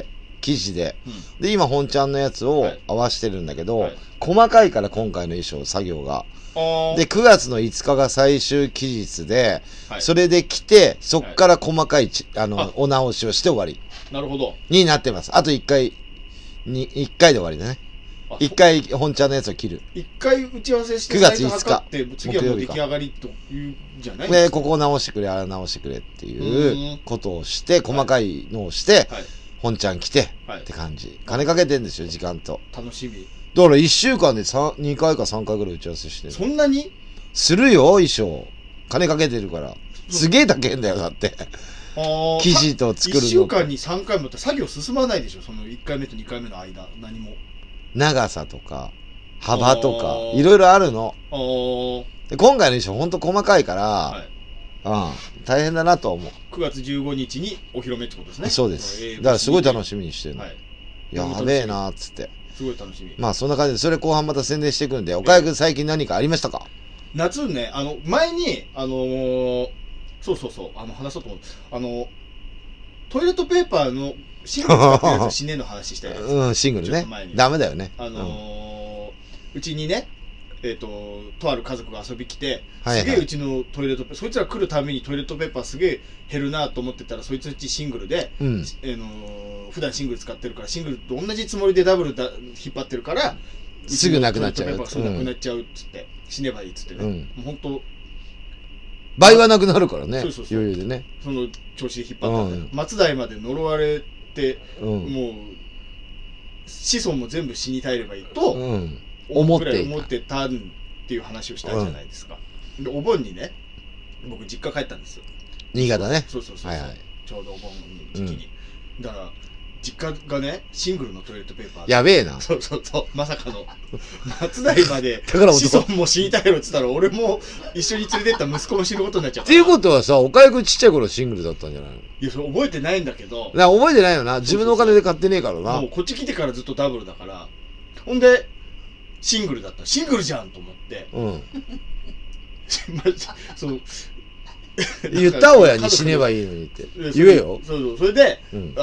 生地で、で、今本ちゃんのやつを合わしてるんだけど、細かいから今回の衣装、作業が。で、9月の5日が最終期日で、それで着て、そっから細かいお直しをして終わり。 なるほど。 になってます。あと1回で終わりだね。1回本ちゃんのやつを切る。 1回打ち合わせして 9月5日次はもう出来上がりというんじゃないで、ここを直してくれ、あれ直してくれっていうことをして、細かいのをして、本ちゃん来て、って感じ。金かけてんですよ、時間と。 楽しみ。 だから1週間で2回か3回ぐらい打ち合わせしてる。 そんなにするよ、衣装。金かけてるから。すげえ高えんだよ、だって。生地と作るの。1 週間に3回もって作業進まないでしょ、その1回目と2回目の間、何も。 長さとか、幅とか、いろいろあるの。で今回の衣装ほんと細かいから、大変だなと思う。 9月15日にお披露目ってことですね。 そうです。だからすごい楽しみにしてるの。やべえなーっつって。 すごい楽しみ。 まあそんな感じで、それ後半また宣伝していくんで、岡谷くん最近何かありましたか？ 夏ね、前に、そう、話そうと思う。トイレットペーパーのシングル使ってるやつ死ねの話したやつ。 うん、シングルね。ダメだよね。 うちにね、とある家族が遊び来て、すげえうちのトイレットペーパー、そいつら来るためにトイレットペーパーすげえ減るなと思ってたら、そいつうちシングルで、普段シングル使ってるから、シングルと同じつもりでダブル引っ張ってるから、 すぐなくなっちゃう。 トイレットペーパーがなくなっちゃうっつって、死ねばいいっつってね。もう本当倍はなくなるからね。余裕でね。 その調子で引っ張ったんだ。松代まで呪われて、もう、子孫も全部死に絶えればいいと、思ってたっていう話をしたじゃないですか。で、お盆にね、僕実家帰ったんですよ。 新潟ね。 そう。ちょうどお盆の時期に。だから、実家がね、シングルのトイレットペーパー。 やべえな。 そう。まさかの。松代まで、子孫も死に絶えろって言ったら、俺も一緒に連れてった息子も死ぬことになっちゃった。 っていうことはさ、岡谷くんちっちゃい頃シングルだったんじゃないの？ いや、それ覚えてないんだけど。 覚えてないよな。自分のお金で買ってねえからな。 もうこっち来てからずっとダブルだから。ほんで、シングルだった。シングルじゃんと思って。 言った親に死ねばいいのにって。言えよ。 そう。それで、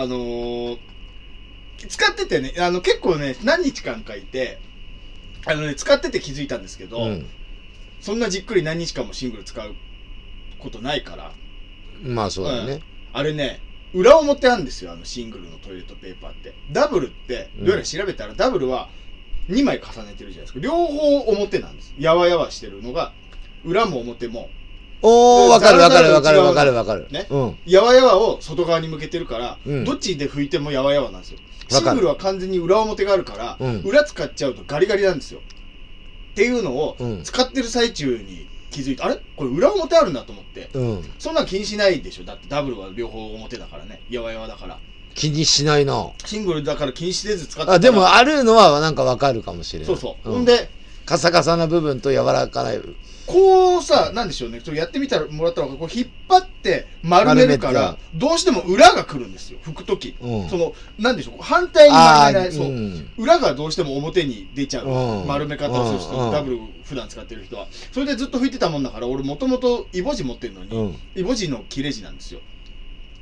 使っててね、結構ね、何日間かいて、使ってて気づいたんですけど、そんなじっくり何日間もシングル使うことないから。 まあそうだね。 あれね、裏表あるんですよ、シングルのトイレットペーパーって。ダブルって、どうやら調べたらダブルは2枚重ねてるじゃないですか。両方表なんです。やわやわしてるのが、裏も表も。 わかる。 ね。やわやわを外側に向けてるから、どっちで拭いてもやわやわなんですよ。シングルは完全に裏表があるから、裏使っちゃうとガリガリなんですよ。っていうのを、使ってる最中に気づいて、あれこれ裏表あるんだと思って、そんなん気にしないでしょ。だってダブルは両方表だからね。やわやわだから。 気にしないな。 シングルだから気にせず使ってたら。 でもあるのはなんかわかるかもしれない。 そう。ほんで、 カサカサな部分と柔らかない部分。 こうさ、なんでしょうね。やってみたらもらったら、こう引っ張って丸めるから、どうしても裏が来るんですよ。拭くとき。なんでしょう。反対に丸めない。そう。裏がどうしても表に出ちゃう。丸め方をする人、ダブル普段使ってる人は。それでずっと拭いてたもんだから、俺もともとイボ痔持ってるのに、イボ痔の切れ痔なんですよ。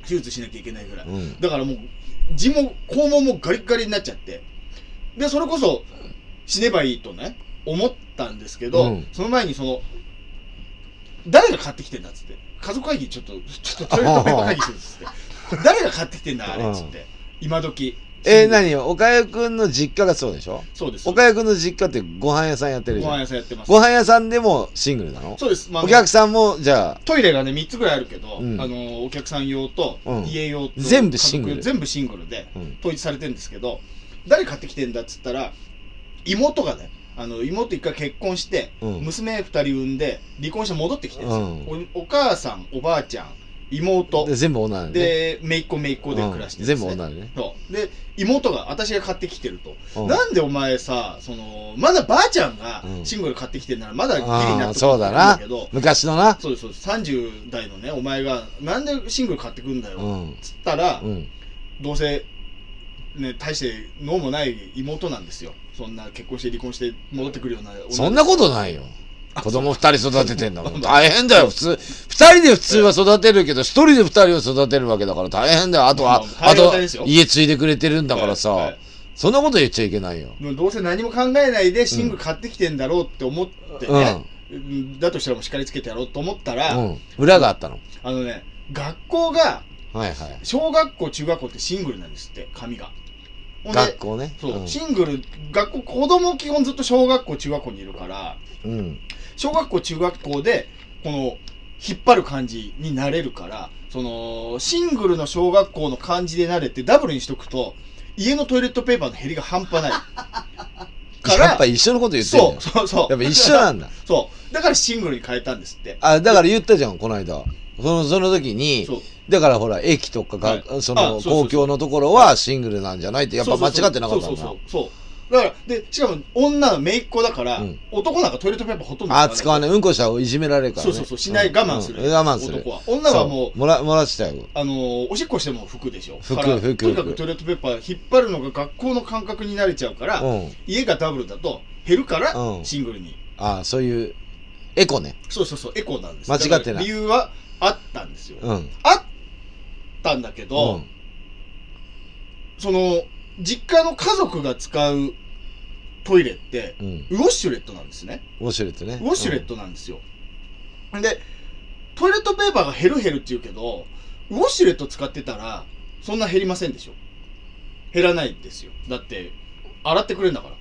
手術しなきゃいけないぐらい、 うん、 だからもう肛門もガリッガリになっちゃって、でそれこそ死ねばいいとね思ったんですけど、うん、その前に誰が買ってきてんだっつって、家族会議ちょっとトイレットペーパー会議するっつって誰が買ってきてんだあれっつって、うん、今時何岡谷くんの実家がそうでしょ。 そうです。 岡谷くんの実家ってご飯屋さんやってるじゃん。 ご飯屋さんやってます。 ご飯屋さんでもシングルなの？そうです。お客さんもじゃあトイレがね3つぐらいあるけど、うん、お客さん用と、うん、家用と全部シングル。 全部シングルで統一されてるんですけど、誰買ってきてんだっつったら妹がね、妹一回結婚して、うん、娘2人産んで離婚して戻ってきてるんですよ、うん、お母さんおばあちゃん妹で全部女で、ね、 で姪っ子で暮らしてるんです、ね、 全部女でね。 そうで妹が私が買ってきてると、うん、なんでお前さまだばあちゃんがシングル買ってきてるならまだギリになってくるんだけど、 そうだな昔のな、 そうです30代のねお前がなんでシングル買ってくんだよ、うん、つったら、うん、どうせね大して脳もない妹なんですよ。そんな結婚して離婚して戻ってくるような。 そんなことないよ。子供2人育ててんだもん。大変だよ、普通。2人で普通は育てるけど、1人で2人を育てるわけだから大変だよ。あと、家継いでくれてるんだからさ、はいはい、そんなこと言っちゃいけないよ。 どうせ何も考えないでシングル買ってきてんだろうって思ってね、うん、だとしたらもう叱りつけてやろうと思ったら、うん、 裏があったの。 学校が、 はいはい、 小学校、中学校ってシングルなんですって、紙が。 学校ね。 そう、うん、シングル、子供基本ずっと小学校、中学校にいるから、うん、小学校、中学校で、引っ張る感じになれるから、シングルの小学校の感じで慣れて、ダブルにしとくと、家のトイレットペーパーの減りが半端ない。 から、やっぱ一緒のこと言ってるんだよ。そう。やっぱ一緒なんだ。 そう。だからシングルに変えたんですって。 だから言ったじゃん、この間。その時に、だからほら、駅とかが、公共のところはシングルなんじゃないって、やっぱ間違ってなかったんだ。 そう。だから、しかも女の姪っ子だから、男なんかトイレットペーパーほとんど使わない。うんこしたらいじめられるからね。 そう、しない、我慢する。 我慢する。 男は。女はもう、 漏らしたよ。 おしっこしても服でしょ。 服。 とにかくトイレットペーパー引っ張るのが学校の感覚に慣れちゃうから、家がダブルだと減るから、シングルに。 そういう、エコね。 そう、エコなんです。 間違ってない。 理由はあったんですよ。あったんだけど、実家の家族が使うトイレって、ウォシュレットなんですね。 ウォシュレットね。 ウォシュレットなんですよ。で、トイレットペーパーが減るって言うけど、ウォシュレット使ってたら、そんな減りませんでしょ。減らないんですよ。だって、洗ってくれるんだから。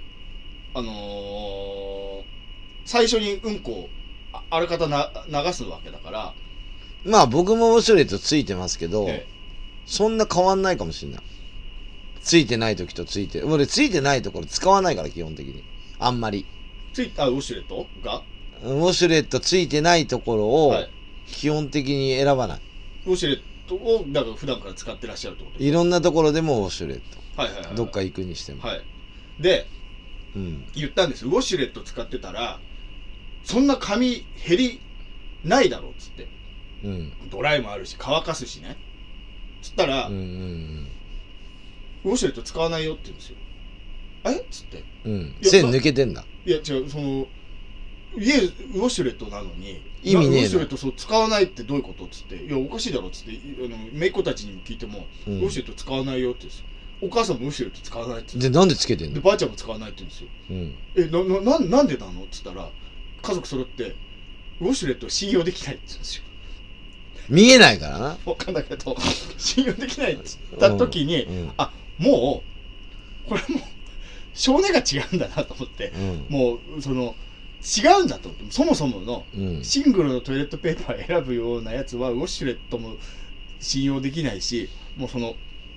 最初にうんこをあらかた流すわけだから。 まあ僕もウォシュレットついてますけど、そんな変わんないかもしれない。ついてない時とついてる。俺ついてないところ使わないから基本的に。あんまり。 ウォシュレットがウォシュレットついてないところを基本的に選ばない。 ウォシュレットをだから普段から使ってらっしゃるってことですか？ いろんなところでもウォシュレット。どっか行くにしても。 はい。で、言ったんです。ウォシュレット使ってたら、そんな髪減りないだろうっつって。ドライもあるし乾かすしね。つったら、ウォシュレット使わないよって言うんですよ。っつって。 線抜けてんだ。 いや違う、家ウォシュレットなのに意味ねえな。 ウォシュレット使わないってどういうことっつって、いやおかしいだろっつって姪っ子たちにも聞いても、ウォシュレット使わないよって言うんですよ。お母さんもウォシュレット使わないって言うんですよ。 でなんでつけてんの？ でばあちゃんも使わないって言うんですよ。なんでなのっつったら、家族揃ってウォシュレット信用できないって言うんですよ。 見えないからな。 分かんないけど信用できないって言った時に、もうこれもう性根が違うんだなと思って、もう違うんだと思って、そもそものシングルのトイレットペーパー選ぶようなやつはウォシュレットも信用できないし、もうそ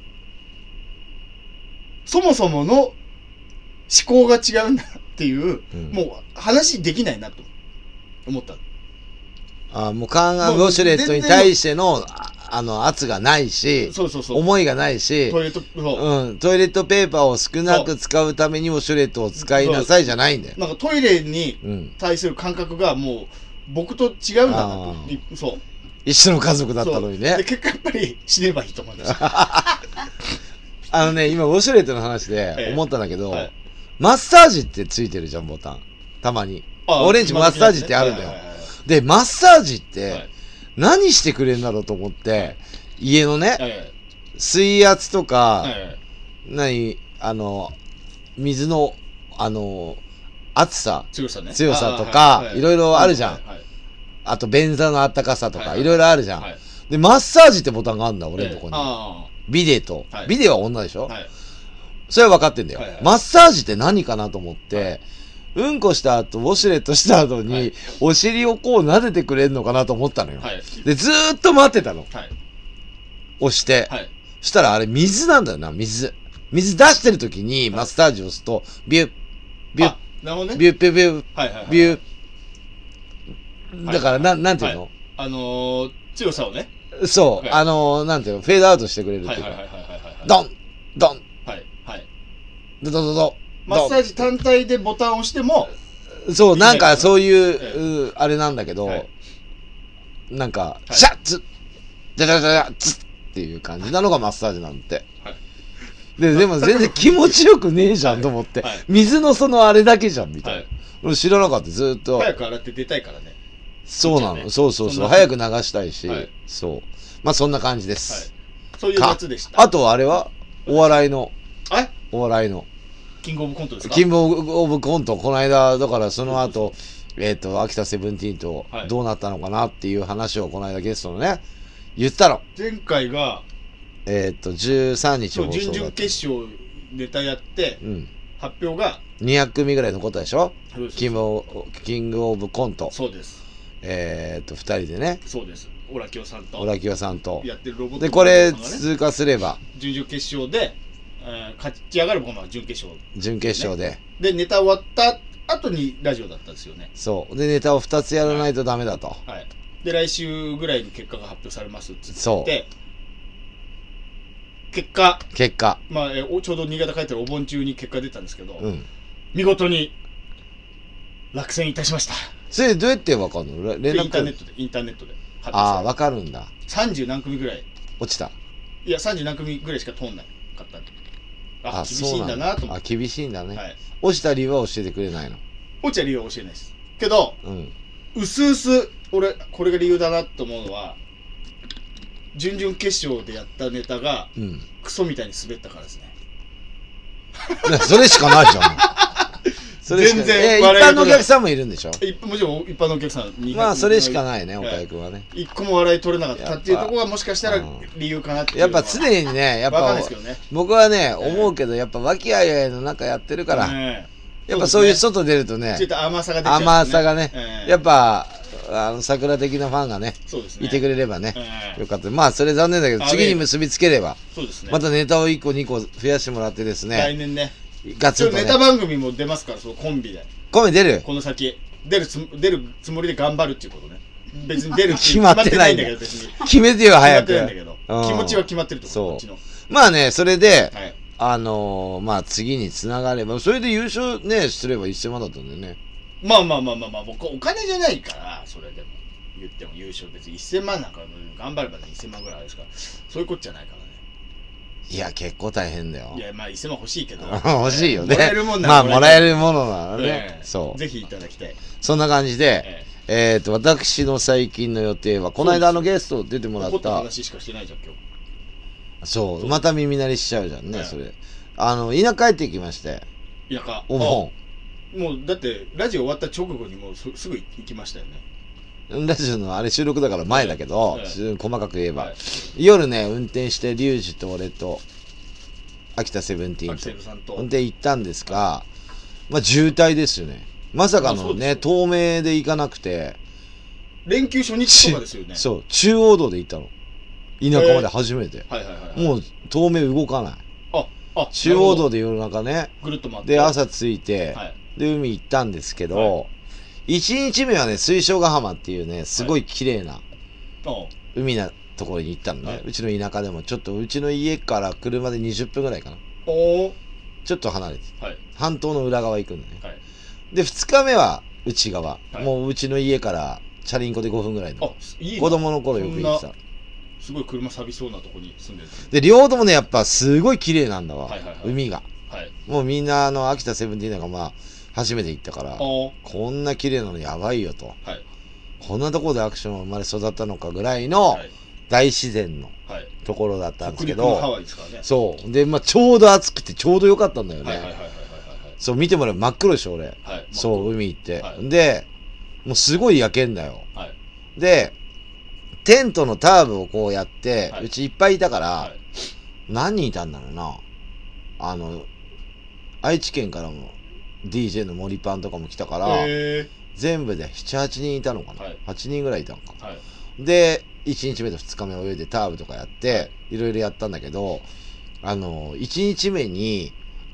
もそもの思考が違うんだっていう、もう話できないなと思ったの。 もうウォシュレットに対しての圧がないし、思いがないし、トイレットペーパーを少なく使うためにウォシュレットを使いなさいじゃないんだよ。 なんかトイレに対する感覚がもう僕と違うんだなと。 一緒の家族だったのにね。 で結果やっぱり死ねばいいと思いました。 今ウォシュレットの話で思ったんだけど、マッサージってついてるじゃん、ボタン。たまに。俺んちマッサージってあるんだよ。で、マッサージって何してくれるんだろうと思って、 家のね、水圧とか、水の、熱さ、強さとか、いろいろあるじゃん。あと、便座のあったかさとか、いろいろあるじゃん。で、マッサージってボタンがあるんだ、俺のとこに。ビデと。ビデは女でしょ？それは分かってんだよ。マッサージって何かなと思って、うんこした後、ウォシュレットした後に、お尻をこう撫でてくれるのかなと思ったのよ。で、ずーっと待ってたの。押して。そしたらあれ水なんだよな、水。水出してる時にマッサージを押すと、ビュッ、ビュッ、ビュッ、ビュッ、ビュッ、ビュッ。だから、なんていうの？ 強さをね。 そう、なんていうの、フェードアウトしてくれるっていうか。ドンドンドドドドマッサージ単体でボタンを押しても、 そう、なんかそういう、あれなんだけど、なんか、シャッツジャジャジャジャツっていう感じなのがマッサージなんて。でも全然気持ちよくねえじゃんと思って。水のそのあれだけじゃんみたいな。俺知らなかった、ずっと。 早く洗って出たいからね。 そうなの。そう。早く流したいし。そう。まあそんな感じです。 そういう夏でした。 あとあれはお笑いの。 キングオブコントですか？ キングオブコント、この間、だからその後、秋田セブンティーンとどうなったのかなっていう話をこの間ゲストのね、言ったの。 前回が、 13日放送だった。 準々決勝ネタやって、発表が 200組ぐらい残ったでしょ？キングオブコント。 そうです。 2人でね。 そうです。オラキオさんと。やってるロボット。 で、これ通過すれば。 準々決勝で、勝ち上がるものは準決勝で。 で、ネタ終わった後にラジオだったんですよね。 そう。で、ネタを2つやらないとダメだと。 で、来週ぐらいに結果が発表されますって言って、結果。まあ、ちょうど新潟帰ったらお盆中に結果出たんですけど、見事に落選いたしました。 それどうやってわかるの？連絡？ インターネットで発表された。 ああ、わかるんだ。 30何組ぐらい。 落ちた。 いや、30何組ぐらいしか通んないかったんで。厳しいんだなと思って。 厳しいんだね。落ちた理由は教えてくれないの？ 落ちた理由は教えないです。けど、うすうす、俺、これが理由だなと思うのは、準々決勝でやったネタが、クソみたいに滑ったからですね。 それしかないじゃん。 全然一般のお客さんもいるんでしょ？ もちろん一般のお客さんまあそれしかないね、岡井君はね。 一個も笑い取れなかったっていうところがもしかしたら理由かなっていう。 やっぱ常にね、やっぱ僕はね、思うけど、やっぱ和気あいあいの中やってるから、やっぱそういう外出るとね、 ちょっと甘さが出ちゃう。 甘さがね、やっぱ、桜的なファンがね、いてくれればね、よかった。まあそれ残念だけど、次に結びつければ、またネタを1個2個増やしてもらってですね、 来年ね。 ガツンとね。 ネタ番組も出ますから、そのコンビで。 コンビ出る？ この先。出るつもりで頑張るっていうことね。別に出る決まってないんだけど、別に。決めてよ、早く。 決まってないんだけど。気持ちは決まってると思う。 そう。まあね、それで、まあ次につながれば、それで優勝ね、すれば1000万だったんだよね。 まあ、僕お金じゃないから、それでも。言っても優勝別に1000万なんか頑張ればね、1000万ぐらいあるですから、そういうことじゃないからね。 いや、結構大変だよ。 いや、まあ、1000万欲しいけど。 欲しいよね。 もらえるもんなら。まあ、もらえるものならね。そう。 ぜひいただきたい。 そんな感じで、私の最近の予定は、この間ゲスト出てもらった。 怒った話しかしてないじゃん、今日。そう。また耳鳴りしちゃうじゃんね、それ。田舎帰ってきまして。 田舎。 お盆。 もう、だって、ラジオ終わった直後にもうすぐ行きましたよね。 ラジオのあれ収録だから前だけど、細かく言えば。夜ね、運転して、リュウジと俺と、秋田セブンティーンと。で行ったんですが、まあ渋滞ですよね。まさかのね、東名で行かなくて。 連休初日とかですよね。 そう、中央道で行ったの。田舎まで初めて。もう東名動かない。中央道で夜中ね。 ぐるっと回って。 で、朝着いて、で、海行ったんですけど、1日目はね、水晶ヶ浜っていうね、すごい綺麗な海なところに行ったのね。うちの田舎でも、ちょっとうちの家から車で20分ぐらいかな。ちょっと離れて、半島の裏側行くんだね。で、2日目は内側。もううちの家からチャリンコで5分ぐらいの。子供の頃よく行ってた。 すごい車錆びそうなとこに住んでる。 で、両方もね、やっぱすごい綺麗なんだわ。海が。もうみんな秋田セブンティーンなんかまあ、初めて行ったから、こんな綺麗なのやばいよと。こんなところでアクションが生まれ育ったのかぐらいの大自然のところだったんですけ北陸のハど、 ワイですからね。 そうで、まあ、ちょうど暑くてちょうど良かったんだよね、 はいはいはいはいはいそう見てもらう真っ黒でしょ俺、 はい。 そう海行って、 はいでもうすごい焼けんだよ、 はい。 でテントのターブをこうやって、 はいうちいっぱいいたから、 はい。 何人いたんだろうな、愛知県からも DJ の森パンとかも来たから、全部で7、8人いたのかな、 はい 8人ぐらいいたのか、 はい。 で1日目と2日目泳いでターブとかやっていろいろやったんだけど、1日目に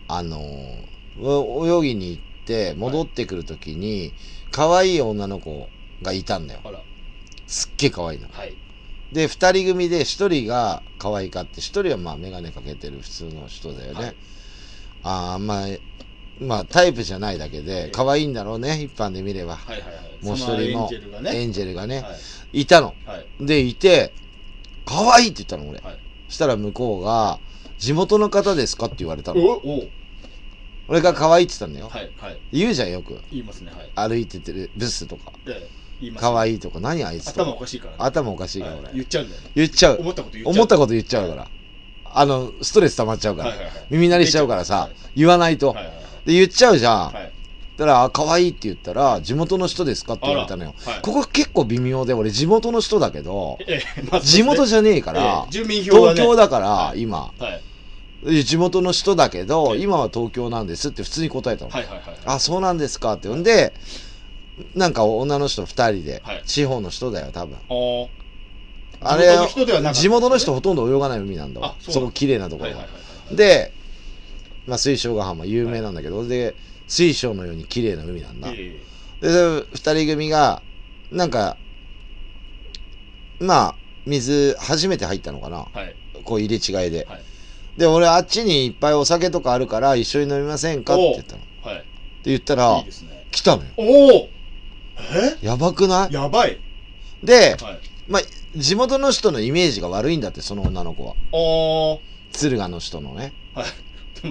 泳ぎに行って戻ってくるときに可愛い女の子がいたんだよ。 あら。 すっげえ可愛いの。 はい。 で2人組で1人が可愛かって、1人はまあ眼鏡かけてる普通の人だよね、 はい。 まあタイプじゃないだけで可愛いんだろうね、一般で見れば。 はいはいはい。 もう一人もエンジェルがね。 エンジェルがね、 はい。 いたの。 はい。 でいて可愛いって言ったの俺、 はい。 したら向こうが地元の方ですかって言われたの。 お俺が可愛いって言ったんだよ、 はいはい。 言うじゃんよく、 言いますね。はい。 歩いててるブスとか言います。 可愛いとか、何あいつとか頭おかしいからね。 頭おかしいからはい俺、 言っちゃうんだよね。 言っちゃう、 思ったこと言っちゃう。 思ったこと言っちゃうから、ストレス溜まっちゃうから、 はいはいはい。 耳鳴りしちゃうからさ、 はい言わないと、 はいはいはい。 で言っちゃうじゃん、 はい。 だから可愛いって言ったら地元の人ですかって言われたのよ、 はい。 ここ結構微妙で、俺地元の人だけどまあ地元じゃねえから、 住民票はね。 東京だから、 はい今はい地元の人だけど、 はい今は東京なんですって普通に答えたの、 はいはいはい。 あ、そうなんですかって呼んで、なんか女の人2人で、 はい地方の人だよ多分、 おー。 あれ地元の人ではなかった地元の人ほとんど泳がない海なんだわ、 あそうそこ綺麗なところが、 はいはいはいはい。 で、まあ、水晶ヶ浜有名なんだけど、で水晶のように綺麗な海なんだ、で2人組がなんかまあ水初めて入ったのかな、 はい。 こう入れ違いで、 はい。 で俺あっちにいっぱいお酒とかあるから一緒に飲みませんかって言ったの。ってはい。 言ったらいいですね。 来たのよ。 おお。 やばくない？ やばい。 で、 はい。 まあ地元の人のイメージが悪いんだって、その女の子は。 おー。 敦賀の人のね。 はい。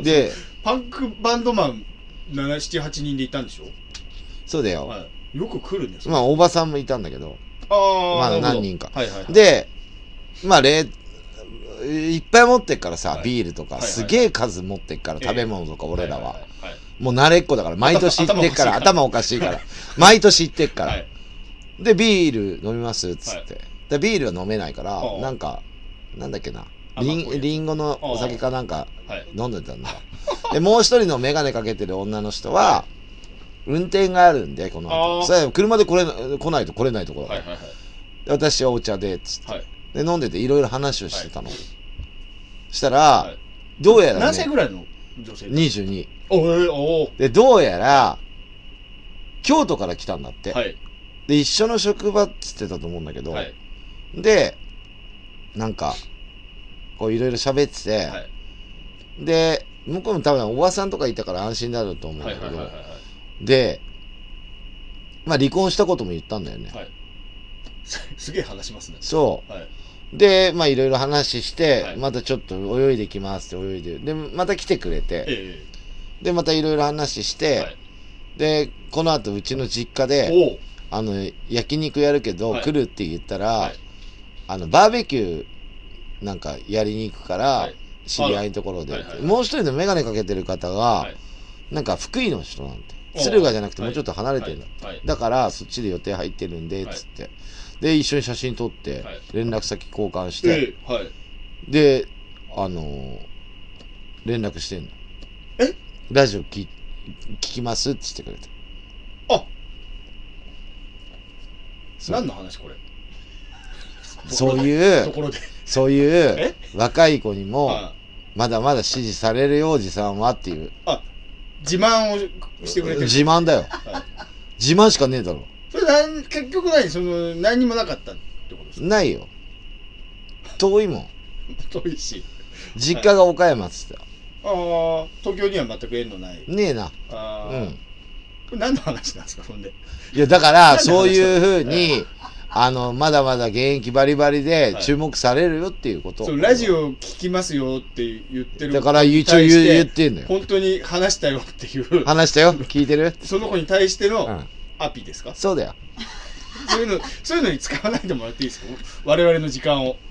で、 パンクバンドマン7、7、8人でいたんでしょ？ そうだよ。 はい。よく来るんですまあおばさんもいたんだけど、まだ何人か。 はいはいはい。 で、まあいっぱい持ってっからさ、 はいビールとか、 はいはいすげえ数持ってっから、食べ物とか俺らは。 はいはいもう慣れっこだから、毎年行ってっから、頭おかしいから。毎年行ってっから。 はい。 で、ビール飲みますっつって。 はでビールは飲めないからああ、 なんか、なんだっけな。 甘っこいやつリンゴのお酒かなんかはい。 飲んでたんだ。で、もう一人のメガネかけてる女の人は、運転があるんで、この後。 ああそれ車で来ないと来れないところだから。 はいはいはい。 で私はお茶で、つって。 はい。 で、飲んでていろいろ話をしてたの。したら、 はいどうやら何歳ね、 ぐらいの女性 22。 おで、どうやら、京都から来たんだって。 はい。 で、一緒の職場っつってたと思うんだけど、 はい。 で、なんか、こういろいろ喋ってて、 はい。 で、向こうも多分おばさんとかいたから安心だろうと思うんだけどはいはいはい、はい。 で、まあ離婚したことも言ったんだよね。 はい。すげえ話しますね。 そはい。 う。で、まあいろいろ話して、 はいまたちょっと泳いできますって泳いで、で、また来てくれて、 えで、またいろいろ話して、 はいで、この後うちの実家えで、 おお。 焼肉やるけど、 はい来るって言ったら、 はいバーベキューなんかやりに行くから、 はい知り合いのところで、 はいはいはいもう一人のメガネかけてる方が、 はいなんか福井の人なんて、 おう敦賀じゃなくてもうちょっと離れてるんだ、 はい。 だからそっちで予定入ってるんで、 はいつってで一緒に写真撮ってはい連絡先交換して、 はい。 で連絡してんの。 えラジオ聞きますって言ってくれて。 あ、 そう何の話これ。 そういうところで。 そういうえ若い子にもはまだまだ支持されるよおじさんはっていう自慢をしてくれてる。 自慢だよ。 はい自慢しかねえだろ。 それ結局何にもなかったってことですか？ ないよ。遠いもん。 遠いし。 実家が岡山っつってた。 ああ、東京には全く縁のない。 ねえな。 ああ、 うん。 これ何の話なんですか、そんで。 いやだからなんでそういうふうはにまだまだ現役バリバリではい注目されるよっていうこと。 そうラジオ聞きますよって言ってる。 だから一応言ってんのよ。 本当に話したよっていう、 話したよ。聞いてる？ その子に対してのうん。 アピですか？ そうだよ。 そういうのに使わないでもらっていいですか？我々の時間を。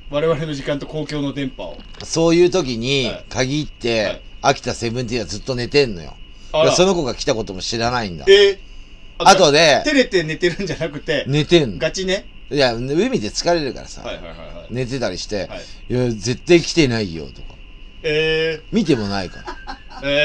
我々の時間と公共の電波を。 そういう時に限って、はい、秋田セブンティーンはずっと寝てんのよ。その子が来たことも知らないんだ。後で照れて寝てるんじゃなくて寝てんの。 ガチね。 いや、海で疲れるからさ、寝てたりして、いや、絶対来てないよとか。見てもないから。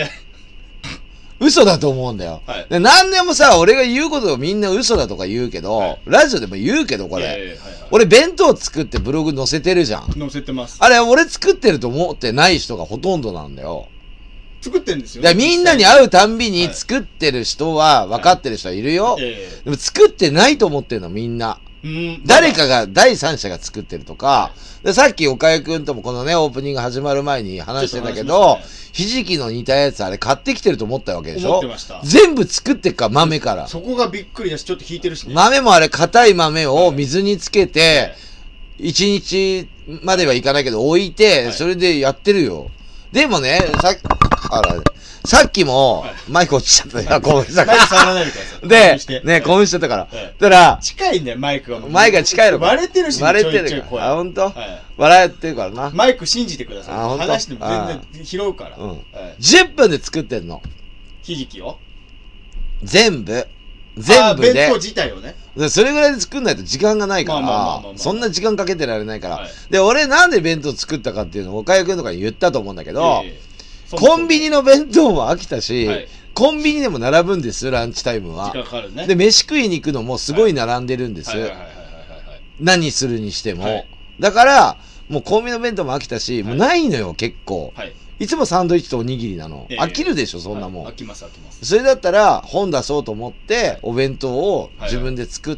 嘘だと思うんだよ。で何でもさ、俺が言うことをみんな嘘だとか言うけど、ラジオでも言うけど、これ。俺弁当作ってブログ載せてるじゃん。 載せてます。 あれ、俺作ってると思ってない人がほとんどなんだよ。 作ってんですよね。 みんなに会うたんびに作ってる人は、分かってる人はいるよ。でも作ってないと思ってるの、みんな。誰かが、第三者が作ってるとか、でさっき岡谷くんともこのね、オープニング始まる前に話してたけど、ひじきの似たやつあれ買ってきてると思ったわけでしょ。 思ってました。 全部作ってっから、豆から。 そこがびっくりだし、ちょっと引いてるしね。 豆もあれ、硬い豆を水につけて、1日まではいかないけど置いて、それでやってるよ。でもね、さっきも、マイク落ちちゃったよ、興奮したから。 マイク触らないでください。 で、ね、興奮しちゃったから。だから、 近いんだよ、マイクが。 マイクが近いのか。 割れてるし、 割れてるから。あ、ほんと？笑ってるからな。 マイク信じてください。 あ、ほんと？ 話しても全然拾うから。 10分で作ってんの。 ひじきを全部で。 弁当自体をね。 それぐらいで作んないと時間がないから、そんな時間かけてられないから。で、俺なんで弁当作ったかっていうのを岡谷くんとかに言ったと思うんだけど、コンビニの弁当も飽きたし、コンビニでも並ぶんです、ランチタイムは。 時間かかるね。 で、飯食いに行くのもすごい並んでるんです。何するにしても。だから、もうコンビニの弁当も飽きたし、もうないのよ、結構。いつもサンドイッチとおにぎりなの。飽きるでしょ、そんなもん。 飽きます。 それだったら、本出そうと思って、お弁当を自分で作って、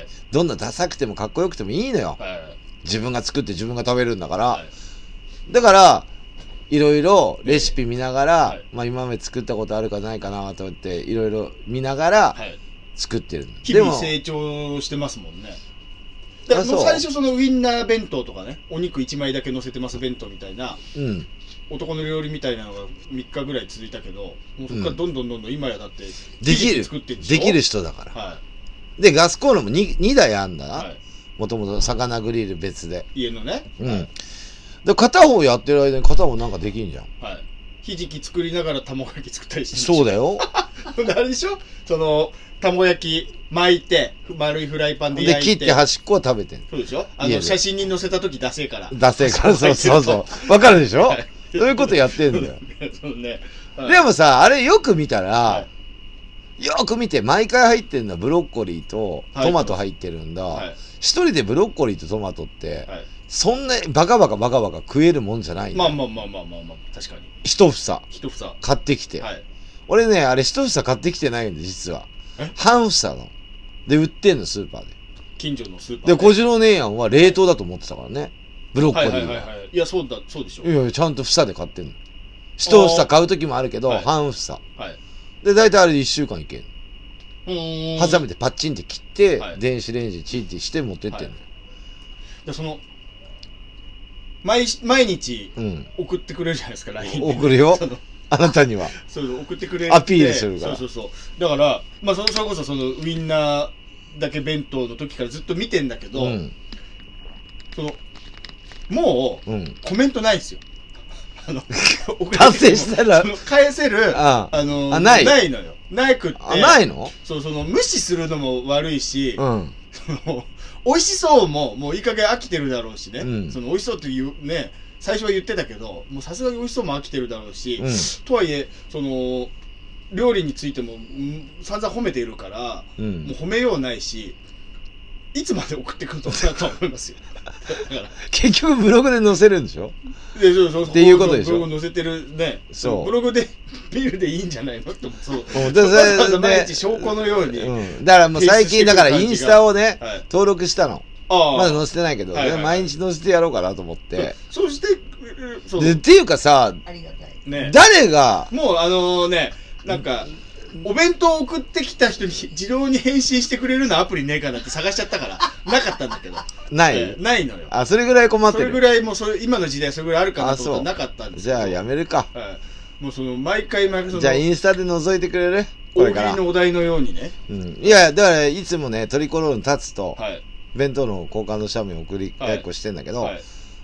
どんなダサくてもかっこよくてもいいのよ。自分が作って自分が食べるんだから。だから、いろいろレシピ見ながら、まあ今まで作ったことあるかないかなと思って、いろいろ見ながら作ってる。 日々成長してますもんね。だからもう最初そのウインナー弁当とかね、お肉1枚だけ乗せてます弁当みたいな、男の料理みたいなのが3日ぐらい続いたけど、もうそこからどんどん今やだってできる人だから。で、ガスコンロも 2台あんだな。もともと魚グリル別で。 家のね。 で、片方やってる間に片方なんかできんじゃん。 ひじき作りながら卵焼き作ったりしてる。 そうだよ。 あれでしょ、その、卵焼き巻いて、丸いフライパンで焼いて。 で、切って端っこは食べてん。 そうでしょ、写真に載せた時ダセえから。 そう。わかるでしょ、そういうことやってんだよ。 そうね。 でもさ、あれよく見たら、よく見て、毎回入ってんのはブロッコリーとトマト入ってるんだ。一人でブロッコリーとトマトって、そんなバカバカ食えるもんじゃないんだよ。 まあ、確かに。 一房。買ってきて。俺ね、あれ一房買ってきてないんで、実は。半房の。で、売ってんの、スーパーで。 近所のスーパーで。小次郎姉やんは冷凍だと思ってたからね。ブロッコリーは。 いや、そうでしょ。 いや、ちゃんと房で買ってんの。一房買う時もあるけど、半房。で、大体あれで1週間いけんの。挟めてパッチンって切って、電子レンジチンってして持ってってんの。 で、その、毎日送ってくれるじゃないですか、LINE で。 送るよ。あなたには。 そう送ってくれる。 アピールするから。 そう。だから、まあ、それこそそのウインナーだけ弁当の時からずっと見てんだけど、その、もう、コメントないですよ。 達成したら返せる、ないのよ。ないくって。 ないの？ その、無視するのも悪いし、美味しそうも、もういい加減飽きてるだろうしね。その美味しそうっていうね、最初は言ってたけど、もうさすがに美味しそうも飽きてるだろうし、とはいえ、その、料理についても散々褒めているから、もう褒めようないし、いつまで送ってくるのかなと思いますよ。 結局ブログで載せるんでしょ？ そうっていうことでしょ？ ブログ載せてるね。ブログで見るでいいんじゃないのって思う。そう。毎日証拠のように。 だからもう最近だからインスタをね、登録したの。まだ載せてないけど、毎日載せてやろうかなと思って。 そして、 っていうかさ、誰が、 もうなんか、お弁当送ってきた人に自動に返信してくれるのアプリねえかなって探しちゃったから、なかったんだけど。 ないのよ。 あ、それぐらい困ってる。 それぐらいもう今の時代それぐらいあるかなと思ったらなかったんですじゃあやめるか。 もうその、毎回じゃあインスタで覗いてくれる？ 大喜利のお題のようにね。 いや、だからいつもね、トリコロールに立つと、弁当の交換の写メを送りっこしてんだけど、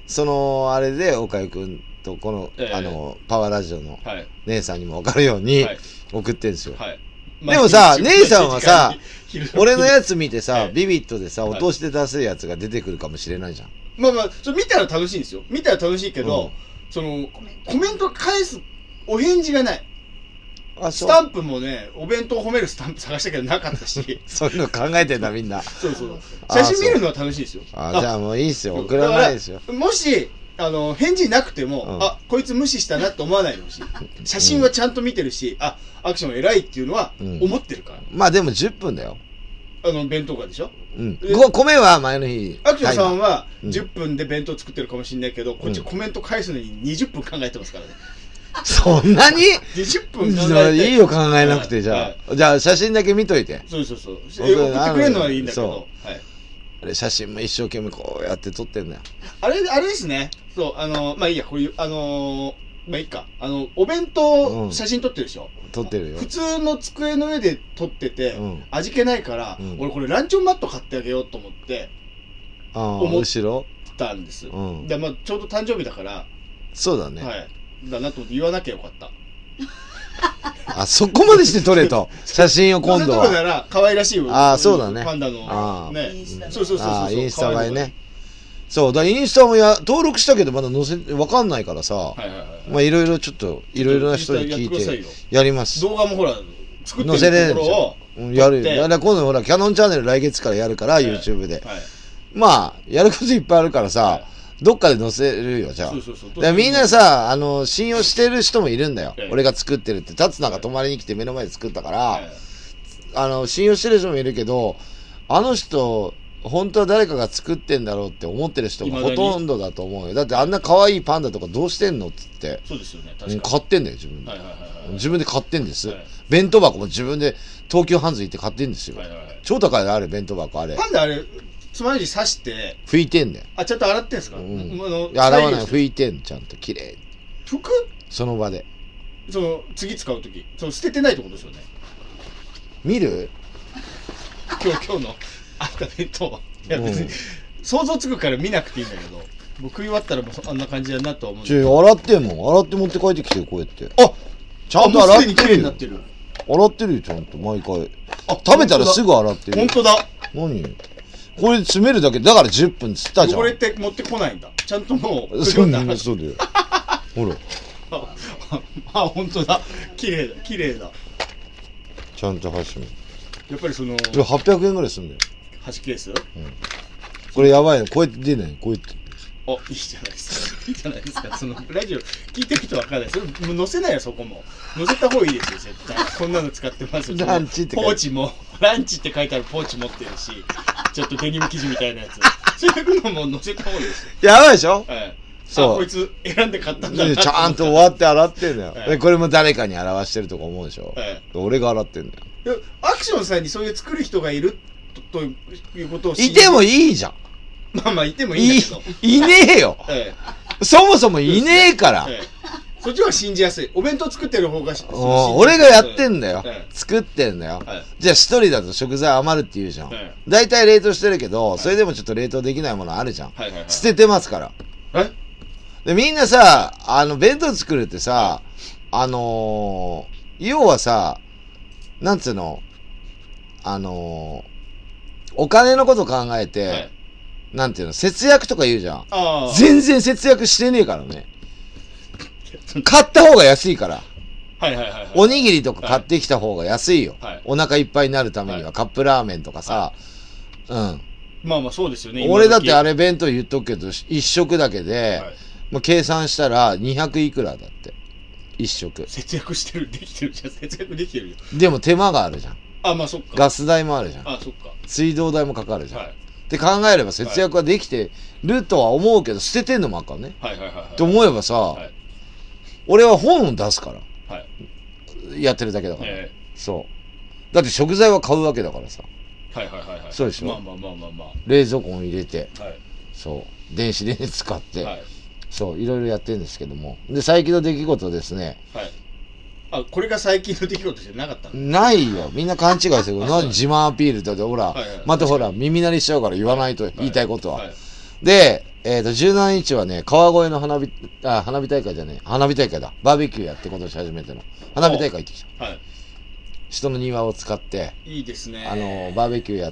そのあれで岡井くんとこの、パワーラジオの姉さんにも分かるように送ってんですよ、はい、でもさ姉さんはさ俺のやつ見てさ、ビビットでさ落として出せるやつが出てくるかもしれないじゃん。 まあまあそれ見たら楽しいんですよ。見たら楽しいけど、そのコメント返すお返事がない。スタンプもね、お弁当を褒めるスタンプ探したけどなかったしそういうの考えてんだみんな。 そうそう写真見るのは楽しいですよ。 じゃあもういいっすよ、送らないですよ。 もし返事なくても、こいつ無視したなって思わないでほしい。写真はちゃんと見てるし、アクション偉いっていうのは思ってるから、 まあでも10分だよ、 弁当がでしょ。 米は前の日。 アクションさんは10分で弁当作ってるかもしれないけど、こっちコメント返すのに20分考えてますからね。 そんなに 20分考えていいよ、考えなくて。じゃあ写真だけ見といて。 そう送ってくれるのはいいんだけど、 あれ写真も一生懸命こうやって撮ってんだよ。 あれですね。そうまあいいや、こういうまあいいか、お弁当写真撮ってるでしょ。 撮ってるよ。 普通の机の上で撮ってて、味気ないから、俺これランチョンマット買ってあげようと思って思ったんです。でまあちょうど誕生日だから。 そうだね。 だなと思って言わなきゃよかった。 そこまでして撮れと写真を今度は。 そうなら可愛らしい。 そうだね。 パンダのね。そうインスタ映えね。そうだ、インスタも登録したけどまだわかんないからさ、まあいろいろちょっといろいろな人に聞いてやります。 動画もほら作ってるところをやる。今度ほらキャノンチャンネル来月からやるから、YouTube でまあやることいっぱいあるからさ、どっかで載せるよ。じゃあみんなさ信用してる人もいるんだよ、俺が作ってるって。タツナが泊まりに来て目の前で作ったから、信用してる人もいるけど、あの人本当は誰かが作ってんだろうって思ってる人がほとんどだと思うよ。だってあんな可愛いパンダとかどうしてんのっつって。 そうですよね、確かに買ってんだよ、自分で。自分で買ってんです。弁当箱も自分で東急ハンズ行って買ってんですよ。超高いのある弁当箱あれ。 パンダあれつまようじ刺して拭いてんだよ。 ちゃんと洗ってんすか。 洗わない、拭いてん、ちゃんと綺麗に。 拭く？ その場で。 次使うとき捨ててないってことですよね。 見る？ 今日のあった弁当。いや別に想像つくから見なくていいんだけど、僕食い終わったらもうあんな感じだなとは思うんで。 洗ってんもん。洗って持って帰ってきてこうやって。ちゃんと洗ってる。綺麗になってる。 洗ってるよちゃんと毎回。食べたらすぐ洗ってる。 本当だ。 何？これ詰めるだけだから10分つったじゃん。 これって持ってこないんだ。ちゃんともうそうだよ。ほら。 本当だ。綺麗だ。 ちゃんと箸も。 やっぱりこれ 800円ぐらいするんだよ。 箸ケース？ これやばいね。こうやって出ない。こうやって。 いいじゃないですか。いいじゃないですか。ラジオ聞いてる人わかんない。それもう載せないよ、そこも。載せた方がいいですよ、絶対。こんなの使ってますよ。 ランチってポーチも、ランチって書いてあるポーチ持ってるし、ちょっとデニム生地みたいなやつ。そういうのも載せた方がいいですよ。 やばいでしょ？ そう。こいつ選んで買ったんだな。 ちゃんと終わって洗ってんだよ。これも誰かに表してるとか思うでしょ？俺が洗ってんだよ。 アクションさんにそういう作る人がいるということをいてもいいじゃん。 まあいてもいいんだけど。 いねえよ。そもそもいねえから。 そっちは信じやすい。お弁当作ってる方が俺がやってんだよ。作ってんだよ。じゃあ一人だと食材余るって言うじゃん。大体冷凍してるけど、それでもちょっと冷凍できないものあるじゃん。捨ててますから。でみんなさ、弁当作るってさ、要はさ、なんつうの、お金のこと考えて、なんていうの、節約とか言うじゃん。全然節約してねえからね。買った方が安いから。おにぎりとか買ってきた方が安いよ。お腹いっぱいになるためには、カップラーメンとかさ。 まあそうですよね。 俺だってあれ弁当言っとくけど、一食だけで、もう計算したら200いくらだって。一食。 節約してる、できてるじゃん。節約できてるよ。 でも手間があるじゃん。 まあそっか。 ガス代もあるじゃん。 そっか。 水道代もかかるじゃん。って考えれば節約はできてるとは思うけど、捨ててんのもあかんね。って思えばさ、俺は本を出すから。やってるだけだから。そう。だって食材は買うわけだからさ。そうでしょ。冷蔵庫に入れて、そう。電子レンジ使って、そう、いろいろやってるんですけども。で、最近の出来事ですね。 これが最近の出来事じゃなかったの？ ないよ。みんな勘違いしてる。何自慢アピールだって、ほら、またほら、耳鳴りしちゃうから言わないと、言いたいことは。で、 17日はね、川越の花火大会じゃねえ。花火大会だ。バーベキューやって今年初めての。花火大会行ってきた。はい。人の庭を使って、 いいですね。 バーベキューやって、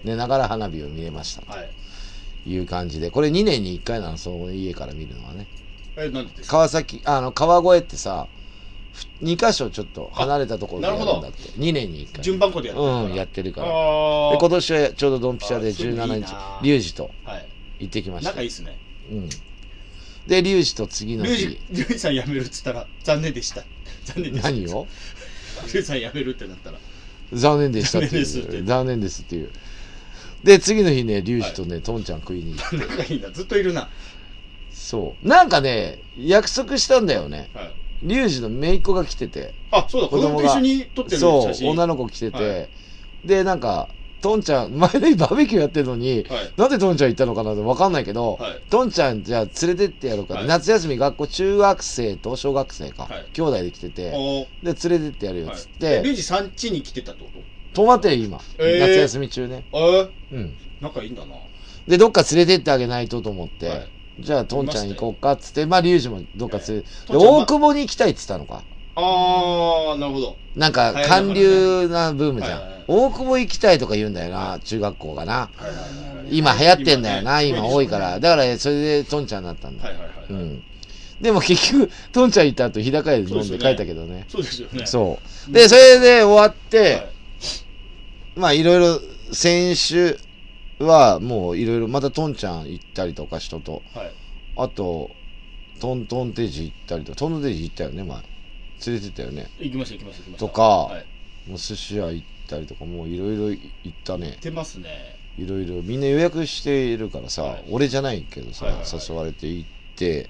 寝ながら花火を見れました。はい。いう感じで。これ2年に1回なの、その家から見るのはね。 なんでですか？ 川越ってさ、2カ所ちょっと離れたところでやるんだって。2年に1回。 順番こでやってるから。 やってるから。で、今年はちょうどドンピシャで17日、リュウジと行ってきました。 仲いいっすね。 で、リュウジと次の日。 リュウジさん辞めるっつったら、残念でした。残念でした。 何を？ リュウジさん辞めるってなったら。 残念でしたっていう。残念ですっていう。で、次の日ね、リュウジとね、トンちゃん食いに行って。 仲いいな、ずっといるな。 そう。なんかね、約束したんだよね。リュウジの姪っ子が来てて。 あ、そうだ、子供と一緒に撮ってる写真。 そう、女の子来てて。で、なんか、トンちゃん、前の日バーベキューやってるのに、なんでトンちゃん行ったのかなって分かんないけど、トンちゃんじゃあ連れてってやろうか。夏休み学校中学生と小学生か。兄弟で来てて、で、連れてってやるよっつって。 リュウジさん家に来てたってこと？ 泊まって今。夏休み中ね。 うん。仲いいんだな。 で、どっか連れてってあげないとと思って、じゃあトンちゃん行こうかっつって、まあリュウジもどっか連れて、大久保に行きたいって言ったのか。 なるほど。 なんか、韓流なブームじゃん。大久保行きたいとか言うんだよな、中学校がな。今流行ってんだよな、今多いから。だから、それでトンちゃんになったんだ。でも結局、トンちゃん行った後、日高屋で飲んで帰ったけどね。 そうですよね。 そう。で、それで終わって、まあいろいろ、先週はもういろいろ、またトンちゃん行ったりとか人と、あと、トンテージ行ったりとか、トンテージ行ったよね、前。連れてったよね。 行きました。 とか、もう寿司屋行ったりとか、もういろいろ行ったね。 行ってますね。 いろいろ、みんな予約しているからさ、俺じゃないけどさ、誘われて行って、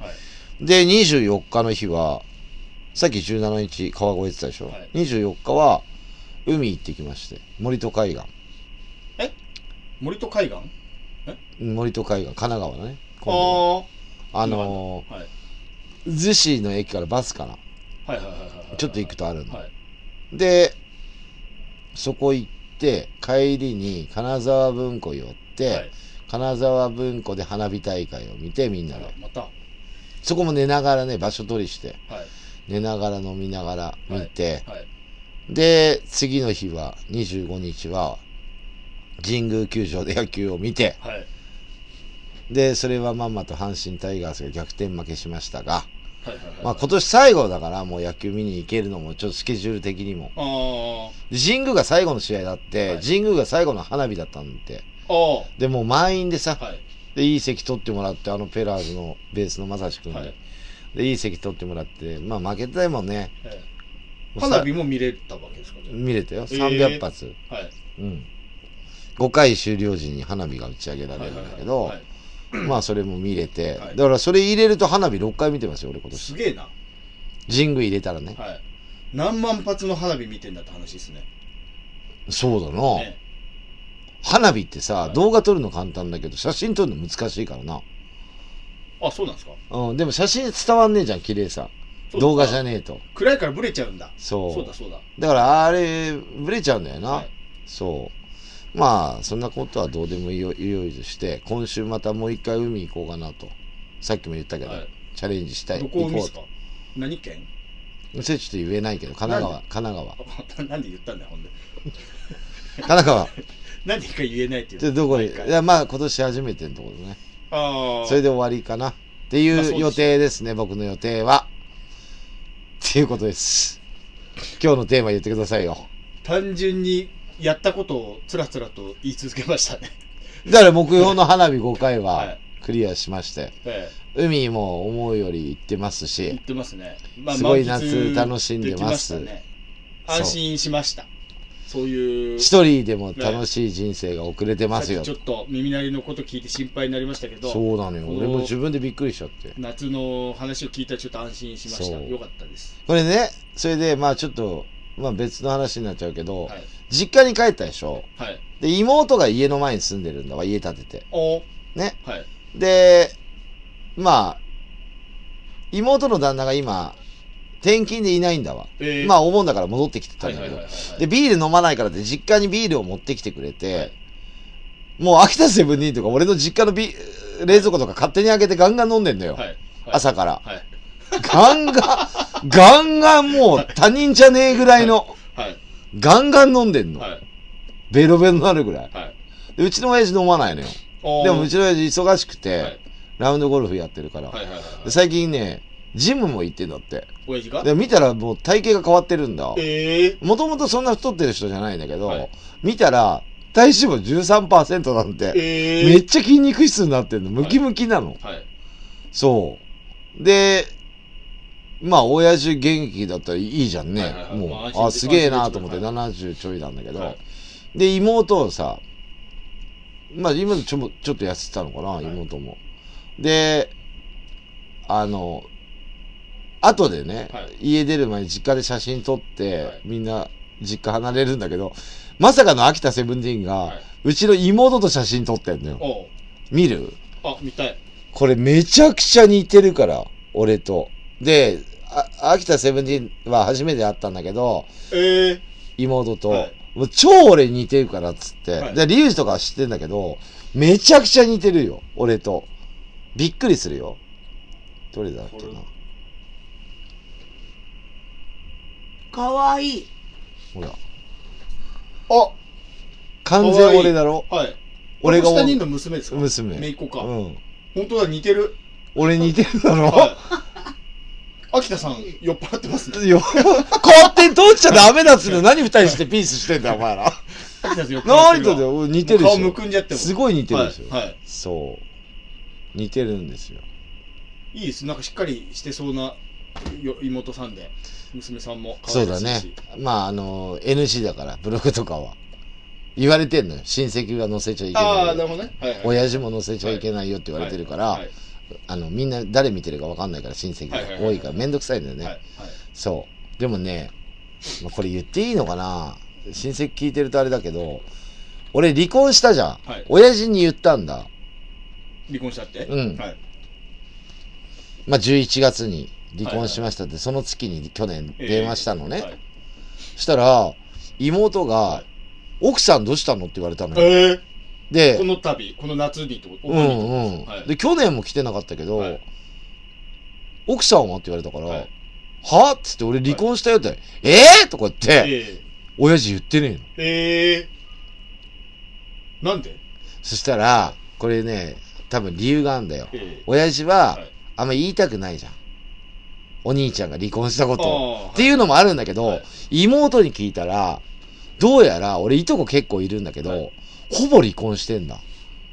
で、24日の日は、さっき17日川越行ってたでしょ。24日は、海行ってきまして、森戸海岸。 森戸海岸？ 森戸海岸、神奈川のね。逗子の駅からバスかな。ちょっと行くとあるの。で、そこ行って、帰りに金沢文庫寄って、金沢文庫で花火大会を見て、みんなで。そこも寝ながらね、場所取りして、寝ながら飲みながら見て、で、次の日は、25日は、神宮球場で野球を見て、で、それはまんまと阪神タイガースが逆転負けしましたが、まあ今年最後だからもう野球見に行けるのもちょっとスケジュール的にも。神宮が最後の試合だって、神宮が最後の花火だったんで。で、もう満員でさ、で、いい席取ってもらって、ペラーズのベースのまさしくんで。で、いい席取ってもらって、まあ負けたいもんね。 花火も見れたわけですか？ 見れたよ。300発。5回終了時に花火が打ち上げられるんだけど、まあそれも見れて、だからそれ入れると花火6回見てますよ、俺今年。 すげえな。 神宮入れたらね。 何万発の花火見てんだって話ですね。 そうだな。花火ってさ、動画撮るの簡単だけど、写真撮るの難しいからな。 あ、そうなんですか？ でも写真伝わんねえじゃん、綺麗さ。動画じゃねえと。 暗いからブレちゃうんだ。 そうだ。 だからあれ、ブレちゃうんだよな。そう。まあ、そんなことはどうでもいいよいとして、今週またもう一回海行こうかなと。さっきも言ったけど、チャレンジしたい。 どこ海ですか？何県？ それちょっと言えないけど、神奈川。 なんで言ったんだよ、ほんで。 神奈川。 なんで一回言えないっていう。 どこに？いや、まあ今年初めてのところね。それで終わりかな。っていう予定ですね、僕の予定は。っていうことです。今日のテーマ言ってくださいよ。 単純にやったことをつらつらと言い続けましたね。 だから目標の花火5回はクリアしまして、海も思うより行ってますし、 行ってますね。 すごい夏楽しんでます。 安心しました。そういう一人でも楽しい人生が送れてますよ。 ちょっと耳鳴りのこと聞いて心配になりましたけど、 そうなのよ。俺も自分でびっくりしちゃって。 夏の話を聞いたらちょっと安心しました。よかったです。 これね、それでまあちょっとまあ別の話になっちゃうけど、実家に帰ったでしょ。で妹が家の前に住んでるんだわ、家建てて。ね。で、まあ妹の旦那が今転勤でいないんだわ。まあお盆だから戻ってきてたんだけど、でビール飲まないからって実家にビールを持ってきてくれて、もう秋田セブンティーンとか俺の実家の冷蔵庫とか勝手に開けてガンガン飲んでんのよ。 はい。 朝から。 はい。 ガンガンもう他人じゃねえぐらいの、 はい。 ガンガン飲んでんの。 はい。 ベロベロになるぐらい。 はい。 でうちの親父飲まないのよ。でもうちの親父忙しくて、 はい、 ラウンドゴルフやってるから。 はいはいはいはい、 で最近ね、ジムも行ってんだって。 親父が？ で見たらもう体型が変わってるんだ。もともとそんな太ってる人じゃないんだけど、はい、見たら体脂肪 13% なんて、めっちゃ筋肉質になってんの。ムキムキなの。はいはい、そう。で、まあ親父元気だったらいいじゃんね。はいはいはい、もう、まあ、すげえなと思って70ちょいなんだけど、はい、で妹をさ、まあ今ちょっと痩せてたのかな、はい、妹も。で、後でね、はい、家出る前に実家で写真撮って、はい、みんな実家離れるんだけど、まさかの秋田セブンティーンが、はい、うちの妹と写真撮ってんのよ。見る？ あ、見たい。 これめちゃくちゃ似てるから、俺と。で、秋田セブンティーンは初めて会ったんだけど、妹と、はい、もう超俺似てるからっつって、はい、で、リュウジとかは知ってんだけど、めちゃくちゃ似てるよ、俺と。びっくりするよ。どれだっけな。 かわいい。 ほら。 あ、 完全俺だろ。 はい。俺が下人の娘ですか？ 娘。 姪っ子か。うん。本当だ、似てる。 俺似てるだろ。はい、 秋田さん酔っ払ってますね。 勝手に通っちゃダメだっつうの。何二人してピースしてんだよお前ら。 秋田さん酔っ払ってる。 何とだよ、似てるでしょ。 顔むくんじゃっても。 すごい似てるでしょ。 はい。 そう。似てるんですよ。 いいです。なんかしっかりしてそうな妹さんで、娘さんも可愛いですし。そうだね。まあNG だからブログとかは言われてんのよ。親戚が載せちゃいけない。 ああ、なるほどね。はいはい、 親父も載せちゃいけないよって言われてるから、はいはい、みんな誰見てるか分かんないから親戚が多いからめんどくさいんだよね。はいはい、そう。でもね、まあ、これ言っていいのかな。親戚聞いてるとあれだけど、俺離婚したじゃん。はい、親父に言ったんだ。 離婚したって？ うん。 はい。 まあ11月に離婚しましたって、その月に去年電話したのね。はい、したら、妹が、はい、奥さんどうしたのって言われたの。 で、この度、この夏にってこと？ うんうん。はい、で、去年も来てなかったけど、はい、奥さんはって言われたから、はい、はっつって俺離婚したよって、はい、とか言って、親父言ってねえの。なんで？ そしたら、これね、多分理由があるんだよ。親父は、あんま言いたくないじゃん。お兄ちゃんが離婚したことを。っていうのもあるんだけど、はい、妹に聞いたら、どうやら、俺いとこ結構いるんだけど、はい、ほぼ離婚してんだ。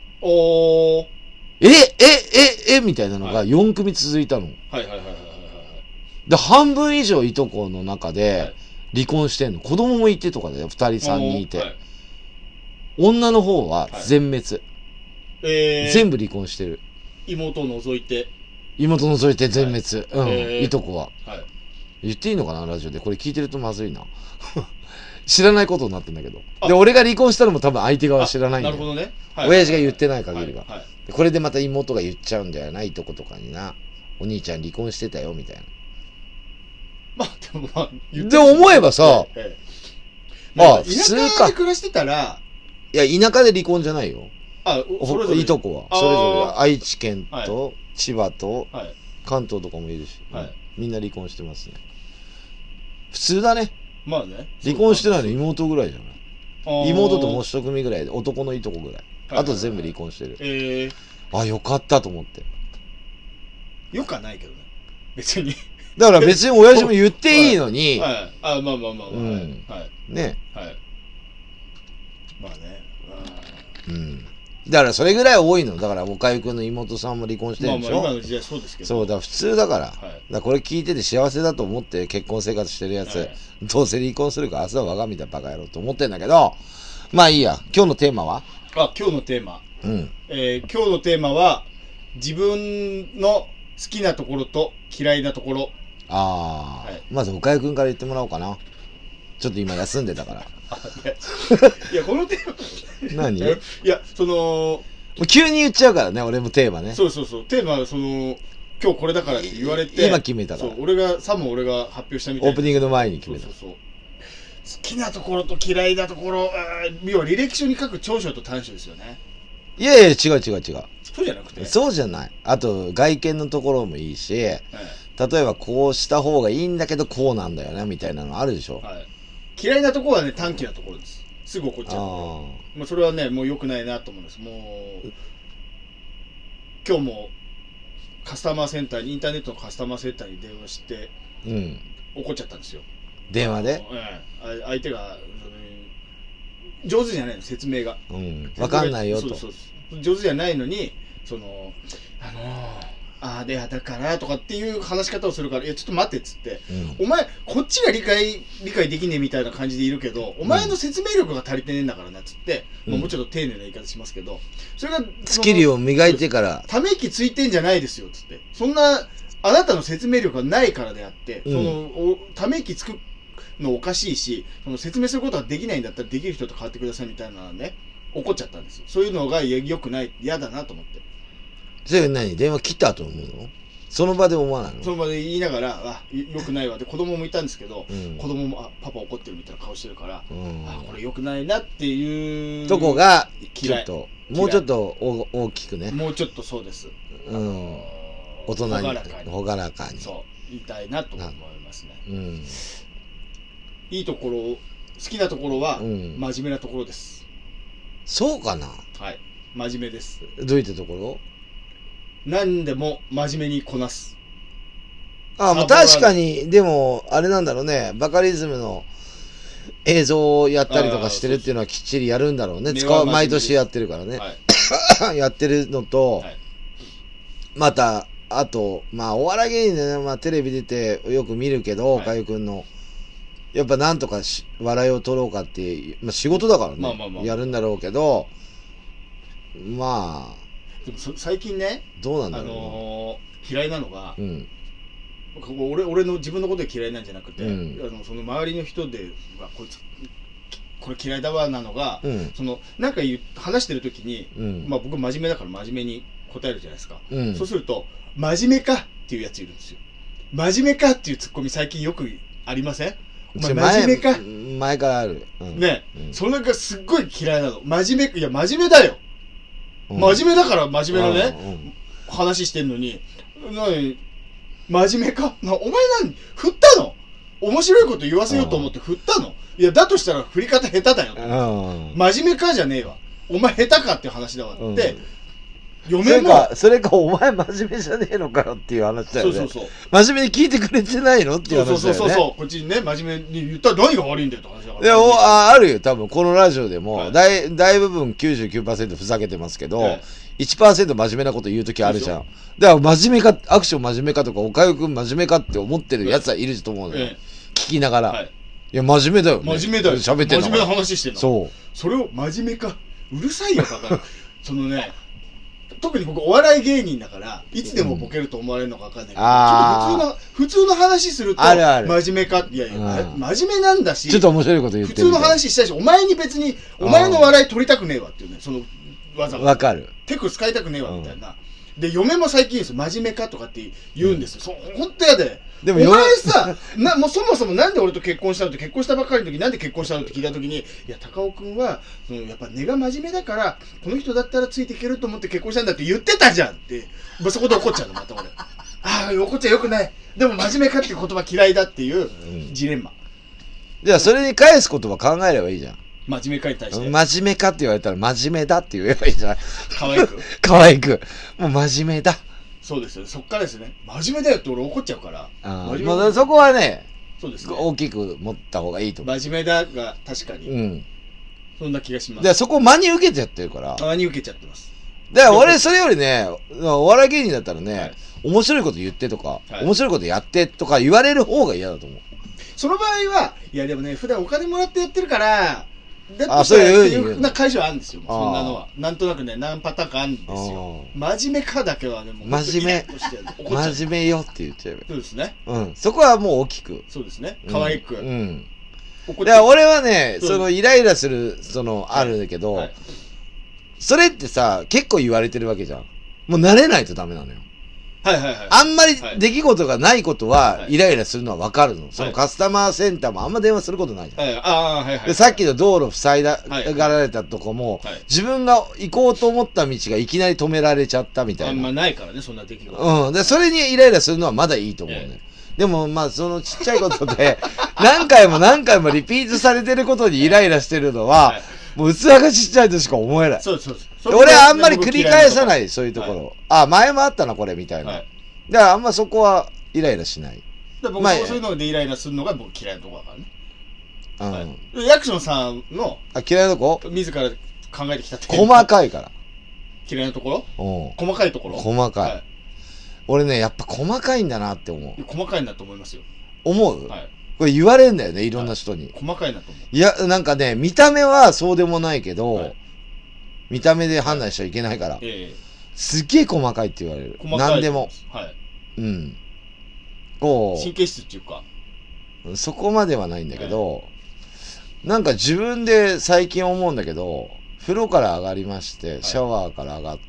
みたいなのが4組続いたの。はいはいはいはい。で、半分以上いとこの中で離婚してんの。子供もいてとかだよ。2人3人いて。はい、女の方は全滅。全部離婚してる。 妹を除いて。 妹除いて全滅。はい、うん。いとこは。はい、言っていいのかなラジオで。これ聞いてるとまずいな。知らないことになってんだけど。で、俺が離婚したのも多分相手側知らないんだよ。 なるほどね。はい、 親父が言ってない限りは。はいはい、これでまた妹が言っちゃうんだよな、いとことかにな。お兄ちゃん離婚してたよ、みたいな。 まあ、でもまあ、 で、思えばさ、 あ、普通か。田舎で暮らしてたら、 いや、田舎で離婚じゃないよ。 あ、それぞれいとこは。それぞれ愛知県と千葉と関東とかもいるし、はい、みんな離婚してますね。普通だね。 まあね。 離婚してないの妹ぐらいじゃない。妹ともう一組ぐらいで、男のいとこぐらい。あと全部離婚してる。あ、よかったと思って。 よくはないけどね。別に。 だから別に親父も言っていいのに。 はい。あ、まあまあまあまあ。 うん。はい。ね。 はい。まあね。 うん。だからそれぐらい多いの。だから岡井くんの妹さんも離婚してるんでしょ。 まあ今の時代そうですけど。 そうだ、普通だから。はい、だからこれ聞いてて幸せだと思って結婚生活してるやつ、はい、どうせ離婚するから明日は我が身だバカ野郎と思ってんだけど、まあいいや。今日のテーマは？ あ、今日のテーマ。 うん。 今日のテーマは、自分の好きなところと嫌いなところ。 ああ、はい、まず岡井くんから言ってもらおうかな。ちょっと今休んでたから。 いや、このテーマ。 何？ いや、もう急に言っちゃうからね、俺もテーマね。 そうそうそう。テーマは今日これだからって言われて。 今決めたから。 そう、俺が発表したみたいな。 オープニングの前に決めた。 そうそうそう。好きなところと嫌いなところ、要は履歴書に書く長所と短所ですよね。 いやいや、違う。 そうじゃなくて、 そうじゃない。あと外見のところもいいし、例えばこうした方がいいんだけどこうなんだよねみたいなのあるでしょ。 嫌いなところはね、短気なところです。すぐ怒っちゃう。もうそれはね、もう良くないなと思うんです。もう今日もカスタマーセンターに、インターネットのカスタマーセンターに電話して、怒っちゃったんですよ。電話で。相手が上手じゃないの、説明が。 分かんないよと。 そう上手じゃないのに、でだからとかっていう話し方をするから、いやちょっと待ってっつって、お前こっちが理解できねえみたいな感じでいるけど、お前の説明力が足りてねえんだからなっつって、もうちょっと丁寧な言い方しますけど、それがスキルを磨いてからため息ついてんじゃないですよっつって、そんなあなたの説明力がないからであって、ため息つくのおかしいし、説明することができないんだったらできる人と変わってくださいみたいなね、怒っちゃったんですよ。そういうのが良くない、嫌だなと思って。 それ何、電話切ったと思うの？その場で思わないの？ その場で言いながら、良くないわって子供もいたんですけど、子供もパパ怒ってるみたいな顔してるから、これ良くないなっていうとこがちょっともうちょっと大きくね、 もうちょっとそうです、 大人に朗らかにそう言いたいなと思いますね。いいところ、好きなところは真面目なところです。 そうかな。 はい、真面目です。 どういったところ？ 何でも真面目にこなす。 もう確かに。でもあれなんだろうね、バカリズムの映像をやったりとかしてるっていうのはきっちりやるんだろうね。毎年やってるからね、やってるのと、またあとお笑い芸人でね、テレビ出てよく見るけど、かゆくんのやっぱなんとか笑いを取ろうかっていう、仕事だからね、やるんだろうけど、でも最近ね、 どうなんだろう、嫌いなのが、俺の自分のことで嫌いなんじゃなくて、その周りの人でこいつこれ嫌いだわなのが、なんか話してる時に、僕真面目だから真面目に答えるじゃないですか。そうすると真面目かっていうやついるんですよ。真面目かっていうツッコミ最近よくありません？お前真面目か？ 前からある。 ね、それがすっごい嫌いなの。真面目、いや真面目だよ。真面目だから真面目なね、話してんのに、真面目か？お前振ったの？面白いこと言わせようと思って振ったの？いや、だとしたら振り方下手だよ。真面目かじゃねえわ。お前下手かっていう話だわって、嫁もそれかお前真面目じゃねえのかよっていう話だよね。真面目に聞いてくれてないのっていう話だよね。 こっちにね、真面目に言ったら何が悪いんだよって話だから。 いや、あるよ。多分このラジオでも大部分 99% ふざけてますけど、1% 真面目なこと言うときあるじゃん。だから真面目か、アクション真面目かとか、おかゆくん真面目かって思ってるやつはいると思うのよ。聞きながら。いや、真面目だよね。 真面目だよ。 喋ってんの。 真面目な話してんの。 そう。 それを真面目か。うるさいよ、バカ。特に僕お笑い芸人だからいつでもボケると思われるのか分かんないけど、ちょっと普通の話すると真面目か、いやいや真面目なんだし、 ちょっと面白いこと言ってる、 普通の話したいし、お前に別にお前の笑い取りたくねえわっていうね、その技分かる、 テク使いたくねえわみたいな。で嫁も最近ですよ、真面目かとかって言うんですよ。本当やで。でもお前さ、もうそもそもなんで俺と結婚したのって、結婚したばっかりの時なんで結婚したのって聞いた時に、いや高尾くんはやっぱ根が真面目だからこの人だったらついていけると思って結婚したんだって言ってたじゃんって、そこで怒っちゃうのまた俺。怒っちゃよくない。でも真面目かっていう言葉嫌いだっていうジレンマ。 じゃあそれに返す言葉考えればいいじゃん。 真面目かに対して。 真面目かって言われたら真面目だって言えばいいじゃん。 可愛く。 可愛く。もう真面目だ。 そうですよ。そっからですね。真面目だよって俺怒っちゃうから。 そこはね、 そうですね、 大きく持った方がいいと思う。 真面目だが確かに。そんな気がします。 でそこ真に受けちゃってるから。 真に受けちゃってます。 だから俺それよりね、お笑い芸人だったらね、面白いこと言ってとか、面白いことやってとか言われる方が嫌だと思う。 その場合は、いやでもね、普段お金もらってやってるから、そういうな解消あるんですよ。そんなのはなんとなくね、何パターンかあるんですよ。真面目かだけはね、もう真面目よって言っちゃえば。 そうですね。 そこはもう大きく。 そうですね。可愛く。だから俺はね、そのイライラするあるんだけど、それってさ結構言われてるわけじゃん。もう慣れないとダメなのよ。 あんまり出来事がないことはイライラするのは分かるの。そのカスタマーセンターもあんま電話することないじゃん。で、さっきの道路塞がられたとこも、自分が行こうと思った道がいきなり止められちゃったみたいな。 あんまないからね、そんな出来事。 で、それにイライラするのはまだいいと思うね。でも、まあ、そのちっちゃいことで、何回も何回もリピートされてることにイライラしてるのは、もう器がちっちゃいとしか思えない。 そう。 俺はあんまり繰り返さない、そういうところ。前もあったな、これ、みたいな。だからあんまそこはイライラしない。 僕もそういうのでイライラするのが僕嫌いなとこだからね。ヤクションさんの、 嫌いなとこ自ら考えてきたって細かいから。 嫌いなところ細かいところ細かい。俺ね、やっぱ細かいんだなって思う。 細かいんだと思いますよ。 思う？これ言われんだよね、いろんな人に。 細かいなと思う。 いや、なんかね、見た目はそうでもないけど、見た目で判断しちゃいけないから、すっげえ細かいって言われる。何でも。こう。 神経質っていうか。 そこまではないんだけど、なんか自分で最近思うんだけど、風呂から上がりまして、シャワーから上がって、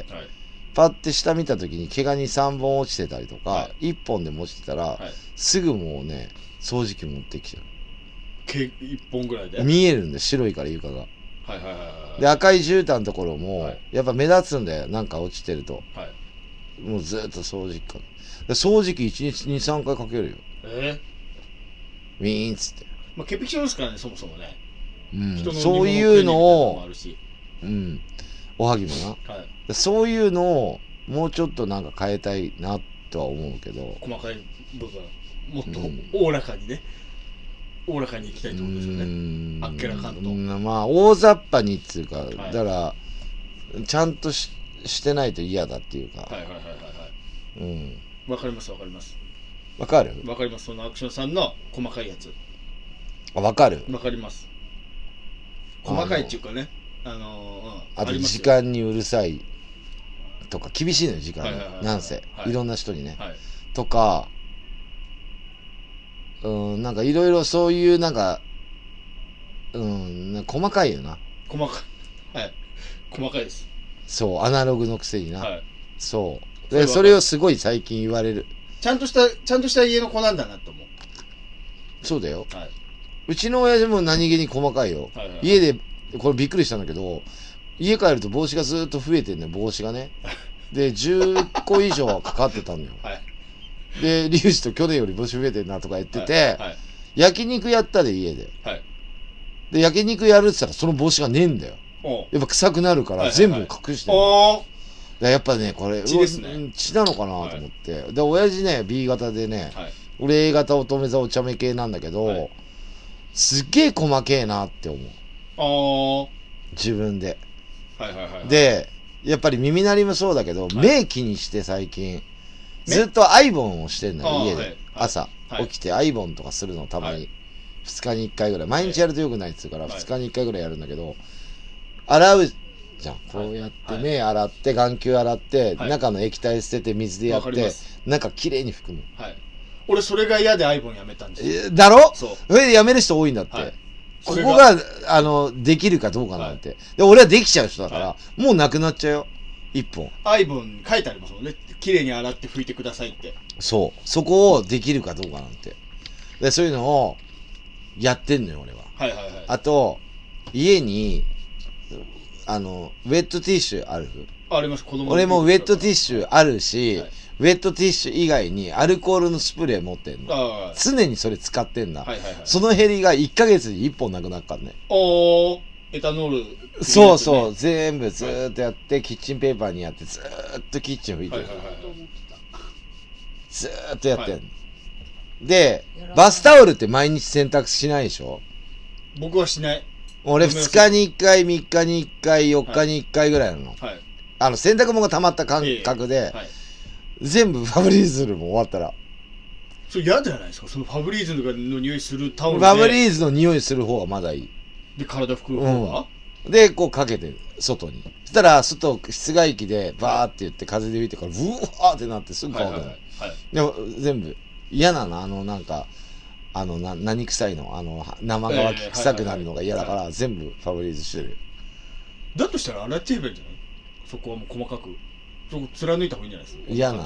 パッて下見た時に毛が2、3本落ちてたりとか、1本でも落ちてたら、すぐもうね、掃除機持ってきちゃう。 毛1本ぐらいで見えるんで、白いから床が。で、赤い絨毯のところも、やっぱ目立つんだよ、なんか落ちてると。もうずっと掃除機かけ。掃除機1日2、3回かけるよ。ウィーンっつって。 まあ、潔癖症ですからね、そもそもね。 そういうのを、おはぎもな。そういうのを、もうちょっとなんか変えたいなとは思うけど。 細かい部分、もっとおおらかにね。おおらかにいきたいってことですよね。あっけらかんと。 まあ、大雑把にっていうか、だから、ちゃんとしてないと嫌だっていうか。わかります。 わかります。 わかる？ わかります。そのアクションさんの細かいやつ。 わかる？ わかります。細かいっていうかね。 あと時間にうるさいとか、厳しいのよ、時間に。なんせ。いろんな人にね。とか、なんかいろいろそういうなんか、細かいよな。 細かいです。 そう、アナログのくせにな。そう。で、それをすごい最近言われる。 ちゃんとした家の子なんだなと思う。 そうだよ。うちの親父も何気に細かいよ。家で、これびっくりしたんだけど、家帰ると帽子がずっと増えてんのよ、帽子がね。で、10個以上はかかってたんだよ。で、リュウジと去年より帽子増えてんなとか言ってて、焼肉やったで、家で。で、焼肉やるって言ったらその帽子がねえんだよ。やっぱ臭くなるから全部隠してる。やっぱね、これ、血なのかなと思って。で、親父ね、B 型でね、俺 A 型乙女座お茶目系なんだけど、すっげえ細けえなって思う。自分で。で、やっぱり耳鳴りもそうだけど、目気にして最近、ずっとアイボンをしてんのよ、家で。朝、起きてアイボンとかするの、たまに。2日に1回ぐらい。毎日やるとよくないっつうから、2日に1回ぐらいやるんだけど、洗うじゃん。こうやって目洗って、眼球洗って、中の液体捨てて水でやって、中きれいに拭くの。 俺それが嫌でアイボンやめたんですよ。 だろ？それでやめる人多いんだって。ここが、できるかどうかなんて。で、俺はできちゃう人だから、もうなくなっちゃうよ。一本。 アイボン書いてありますもんね。綺麗に洗って拭いてくださいって。 そう。そこをできるかどうかなんて。で、そういうのを、やってんのよ、俺は。あと、家に、ウェットティッシュある？ あります、子供。 俺もウェットティッシュあるし、ウェットティッシュ以外にアルコールのスプレー持ってんの。常にそれ使ってんだ。その減りが1ヶ月に1本なくなるからね。 エタノール。 そうそう、全部ずーっとやって、キッチンペーパーにやって、ずーっとキッチン拭いてる。ずーっとやってんの。で、バスタオルって毎日洗濯しないでしょ？ 僕はしない。 俺2日に1回、3日に1回、4日に1回ぐらいなの。洗濯物が溜まった感覚で、全部ファブリーズルも終わったら。 それ嫌じゃないですか？そのファブリーズの匂いするタオルで。ファブリーズの匂いする方がまだいい。 で、体拭く方が、 で、こうかけて、外に。そしたら、室外機でバーって言って風で吹いてから、ブワーってなってすぐ乾くの。でも、全部、嫌なの、なんか、何臭いの、生乾き臭くなるのが嫌だから、全部ファブリーズしてる。だとしたら洗っちゃえばいいんじゃない？そこはもう細かく。そこ貫いた方がいいんじゃないですか？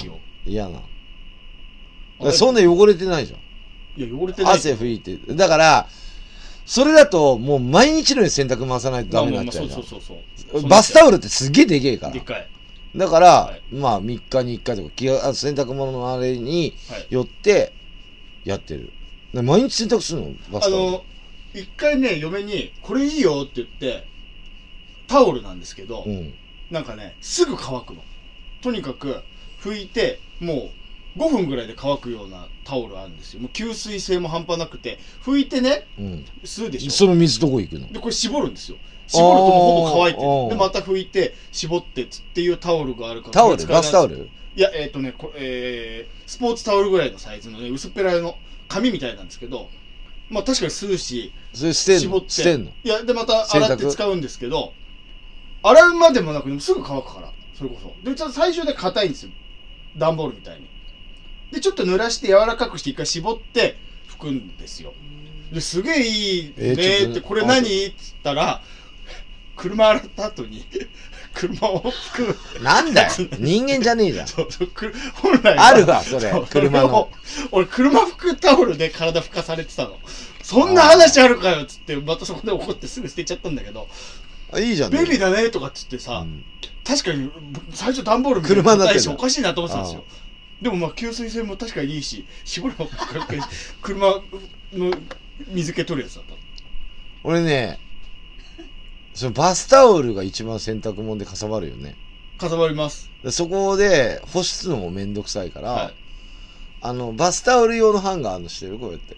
嫌な。そんな汚れてないじゃん。 いや、汚れてない。 汗拭いて。だから、それだともう毎日のように洗濯回さないとダメになっちゃうじゃん。 そうバスタオルってすっげえでけえから。 でかい。 だから、 はい、 まあ3日に1回とか洗濯物のあれによってやってる。毎日洗濯するのバスタオル。 一回ね、嫁に、これいいよって言って、タオルなんですけど、なんかね、すぐ乾くの。とにかく、拭いて、もう5分ぐらいで乾くようなタオルあるんですよ。もう吸水性も半端なくて、拭いてね、吸うでしょ。 その水どこ行くの？ で、これ絞るんですよ。絞るともうほぼ乾いてる。で、また拭いて、絞ってっていうタオルがあるから。 タオル？バスタオル？ いや、スポーツタオルぐらいのサイズのね、薄っぺらいの紙みたいなんですけど、まあ確かに吸うし、 それ捨てんの？ いや、で、また洗って使うんですけど、洗うまでもなく、でもすぐ乾くから、それこそ。で、ちょっと最初で硬いんですよ。段ボールみたいに。で、ちょっと濡らして柔らかくして一回絞って拭くんですよ。で、すげえいいねって、これ何って言ったら、車洗った後に、車を拭く。 なんだよ人間じゃねえじゃん。 そう本来あるわ、それ。車の。 俺、車拭くタオルで体拭かされてたの。そんな話あるかよっつって、またそこで怒ってすぐ捨てちゃったんだけど。 いいじゃんね。 便利だねとかっつってさ、確かに、最初段ボールみたいなのないし、おかしいなと思ってたんですよ。でもまあ、吸水性も確かにいいし、絞れば車の水気取るやつだった。 俺ね、そのバスタオルが一番洗濯物でかさばるよね。 かさばります。 そこで干すのもめんどくさいから、バスタオル用のハンガーあるのしてるこうやって。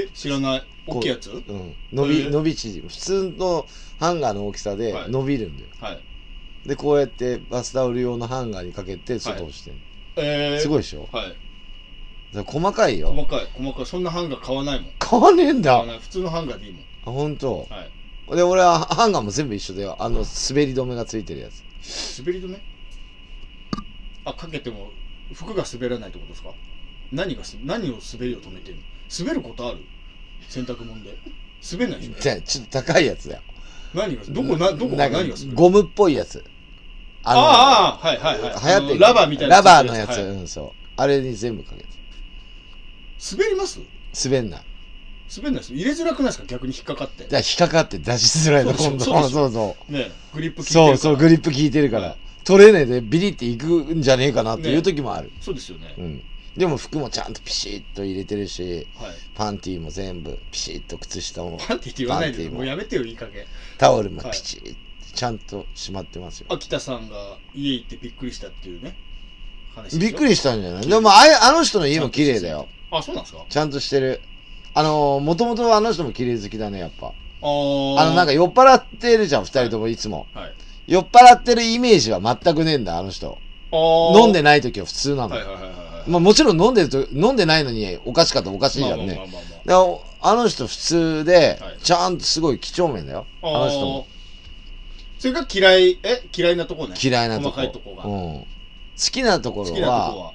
知らない。大きいやつ？ 伸び縮み。普通のハンガーの大きさで伸びるんだよ。で、こうやってバスタオル用のハンガーにかけて外をしてる。すごいでしょ？細かいよ。 細かい。そんなハンガー買わないもん。 買わねえんだ。 普通のハンガーでいいもん。 あ、ほんと？で、俺はハンガーも全部一緒だよ。滑り止めがついてるやつ。 滑り止め？かけても服が滑らないってことですか？何を滑りを止めてるの？滑ることある？洗濯物で。滑んないでしょ？ ちょっと高いやつだよ。 どこが何が滑る？ ゴムっぽいやつ。 はい。 流行ってる。 ラバーみたいな。 ラバーのやつ。そう。あれに全部かけて。 滑ります？ 滑んない。 滑んないです。入れづらくないですか？逆に引っかかって。 じゃあ引っかかって出しづらいの、今度。そう。 ね、グリップ効いてるから。 そう、グリップ効いてるから。取れねえでビリっていくんじゃねえかなっていう時もある。 そうですよね。 でも服もちゃんとピシッと入れてるし、パンティーも全部ピシッと靴下も。 パンティーって言わないでもうやめてよ、いい加減。 タオルもピチッちゃんとしまってますよ。 秋田さんが家行ってびっくりしたっていうね。 びっくりしたんじゃない？でもあの人の家も綺麗だよ。 あ、そうなんですか？ ちゃんとしてる。もともとあの人も綺麗好きだね、やっぱ。 なんか酔っ払ってるじゃん、二人ともいつも。酔っ払ってるイメージは全くねえんだ、あの人。飲んでない時は普通なの。まあもちろん飲んでないのにおかしかったらおかしいじゃんね。あの人普通で、ちゃんとすごい几帳面だよ。あの人も。 それが嫌いなとこね。 嫌いなとこ。 細かいとこが。 好きなところは、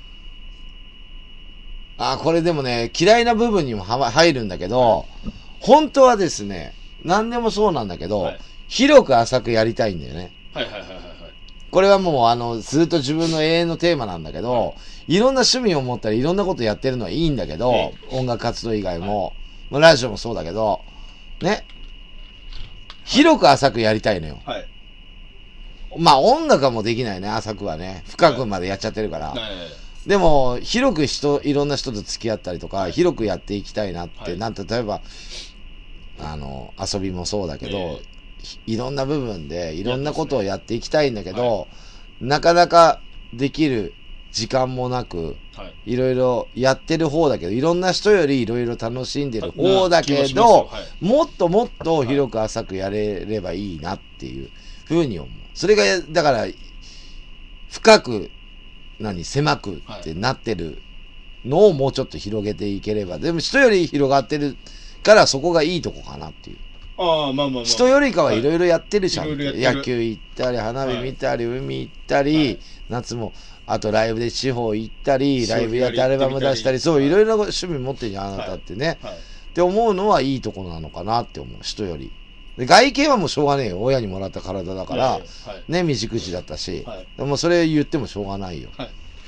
これでもね、嫌いな部分にも入るんだけど、本当はですね、何でもそうなんだけど、広く浅くやりたいんだよね。これはもうずっと自分の永遠のテーマなんだけど、いろんな趣味を持ったりいろんなことやってるのはいいんだけど、音楽活動以外も、ラジオもそうだけど、ね、広く浅くやりたいのよ。まあ音楽はもうできないね、浅くはね。深くまでやっちゃってるから。でも、広くいろんな人と付き合ったりとか、広くやっていきたいなって、例えば、遊びもそうだけど、いろんな部分でいろんなことをやっていきたいんだけど、なかなかできる時間もなく、いろいろやってる方だけど、いろんな人よりいろいろ楽しんでる方だけど、もっともっと広く浅くやれればいいなっていうふうに思う。それが、だから、深く、狭くってなってるのをもうちょっと広げていければ。でも人より広がってるからそこがいいとこかなっていう。人よりかはいろいろやってるじゃん。野球行ったり、花火見たり、海行ったり、夏も、あとライブで地方行ったり、ライブやってアルバム出したり、そう、いろいろな趣味持ってるじゃん、あなたってね。って思うのはいいとこなのかなって思う、人より。で外見はもうしょうがねえよ。親にもらった体だから、ね、未熟児だったし、もうそれ言ってもしょうがないよ。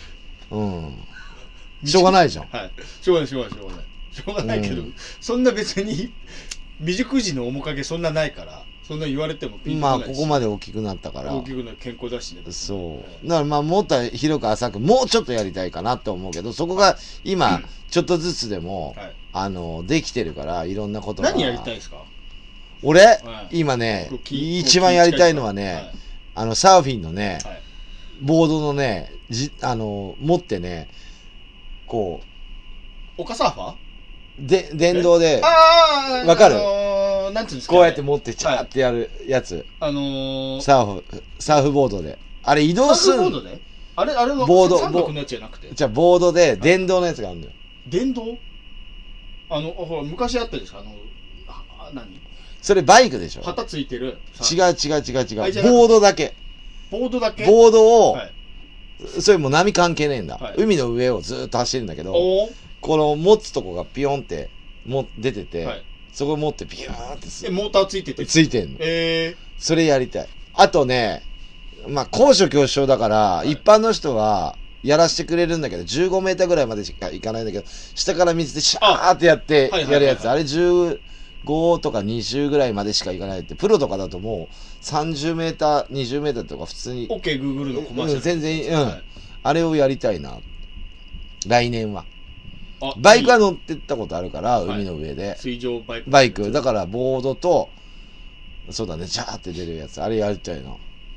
しょうがないじゃん。 はい。しょうがないけど、そんな別に未熟児の面影そんなないから、そんな言われてもピンとこないし。 ここまで大きくなったから。 大きくなって健康だしね。 そう。だからもっと広く浅く、もうちょっとやりたいかなと思うけど、そこが今、ちょっとずつでも、できてるから、いろんなことが。 何やりたいですか？ 俺、今ね、一番やりたいのはね、サーフィンのね、ボードのね、持ってね、こう。丘サーファー？ 電動で、わかる？なんていうんですか？こうやって持ってチャーってやるやつ。サーフボードで。あれ移動する。 サーフボードで？あれの三角のやつじゃなくて？ じゃあボードで電動のやつがあるんだよ。 電動？ほら、昔あったですか？何？ それバイクでしょ？ 旗ついてる。 違う。ボードだけ。 ボードだけ？ ボードを、それもう波関係ねえんだ。海の上をずっと走るんだけど、この持つとこがピヨンって出てて、そこ持ってピヨーンってモーターついてて？ ついてんの。それやりたい。あとね、高所恐怖症だから、一般の人はやらせてくれるんだけど、15メーターぐらいまでしか行かないんだけど、下から水でシャーってやってやるやつ、あれ15とか20ぐらいまでしか行かないって、プロとかだともう30メーター、20メーターとか普通に。 OK、Google のコマーシャル。 全然、あれをやりたいな。来年は。バイクは乗ってったことあるから、海の上で。 水上バイク。 バイク。だから、ボードと、そうだね、ジャーって出るやつ。あれやりたいな。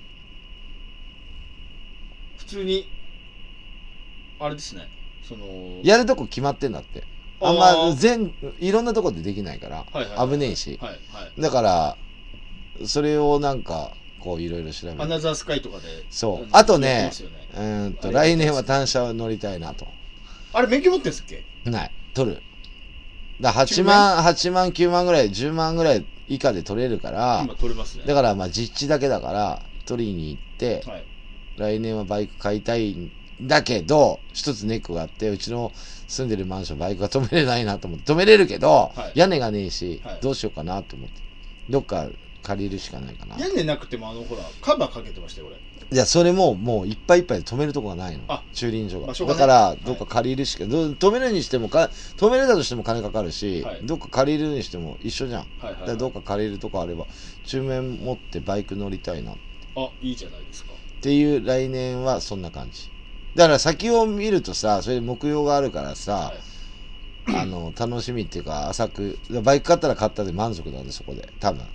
普通に、あれですね。 やるとこ決まってんだって。いろんなとこでできないから、危ねえし。だから、それをなんか、こういろいろ調べて。 アナザースカイとかで。 そう。あとね、来年は単車を乗りたいなと。 あれ、免許持ってんすっけ？ ない。取る。8万、9万ぐらい、10万ぐらい以下で取れるから、 今取れますね。 だから実地だけだから、取りに行って、来年はバイク買いたいんだけど、一つネックがあって、うちの住んでるマンションバイクが止めれないなと思って、止めれるけど、屋根がねえし、どうしようかなと思って。どっか借りるしかないかな。 屋根なくてもほら、カバーかけてましたよ、俺。 いや、それももういっぱいいっぱいで止めるとこがないの。駐輪場が。だから、どっか借りるしか、止めるにしても止めれたとしても金かかるし、どっか借りるにしても一緒じゃん。だからどっか借りるとこあれば、中面持ってバイク乗りたいな。 いいじゃないですか。 っていう来年はそんな感じ。だから先を見るとさ、それで目標があるからさ、楽しみっていうか、浅く、バイク買ったら買ったで満足なんで、そこで。多分。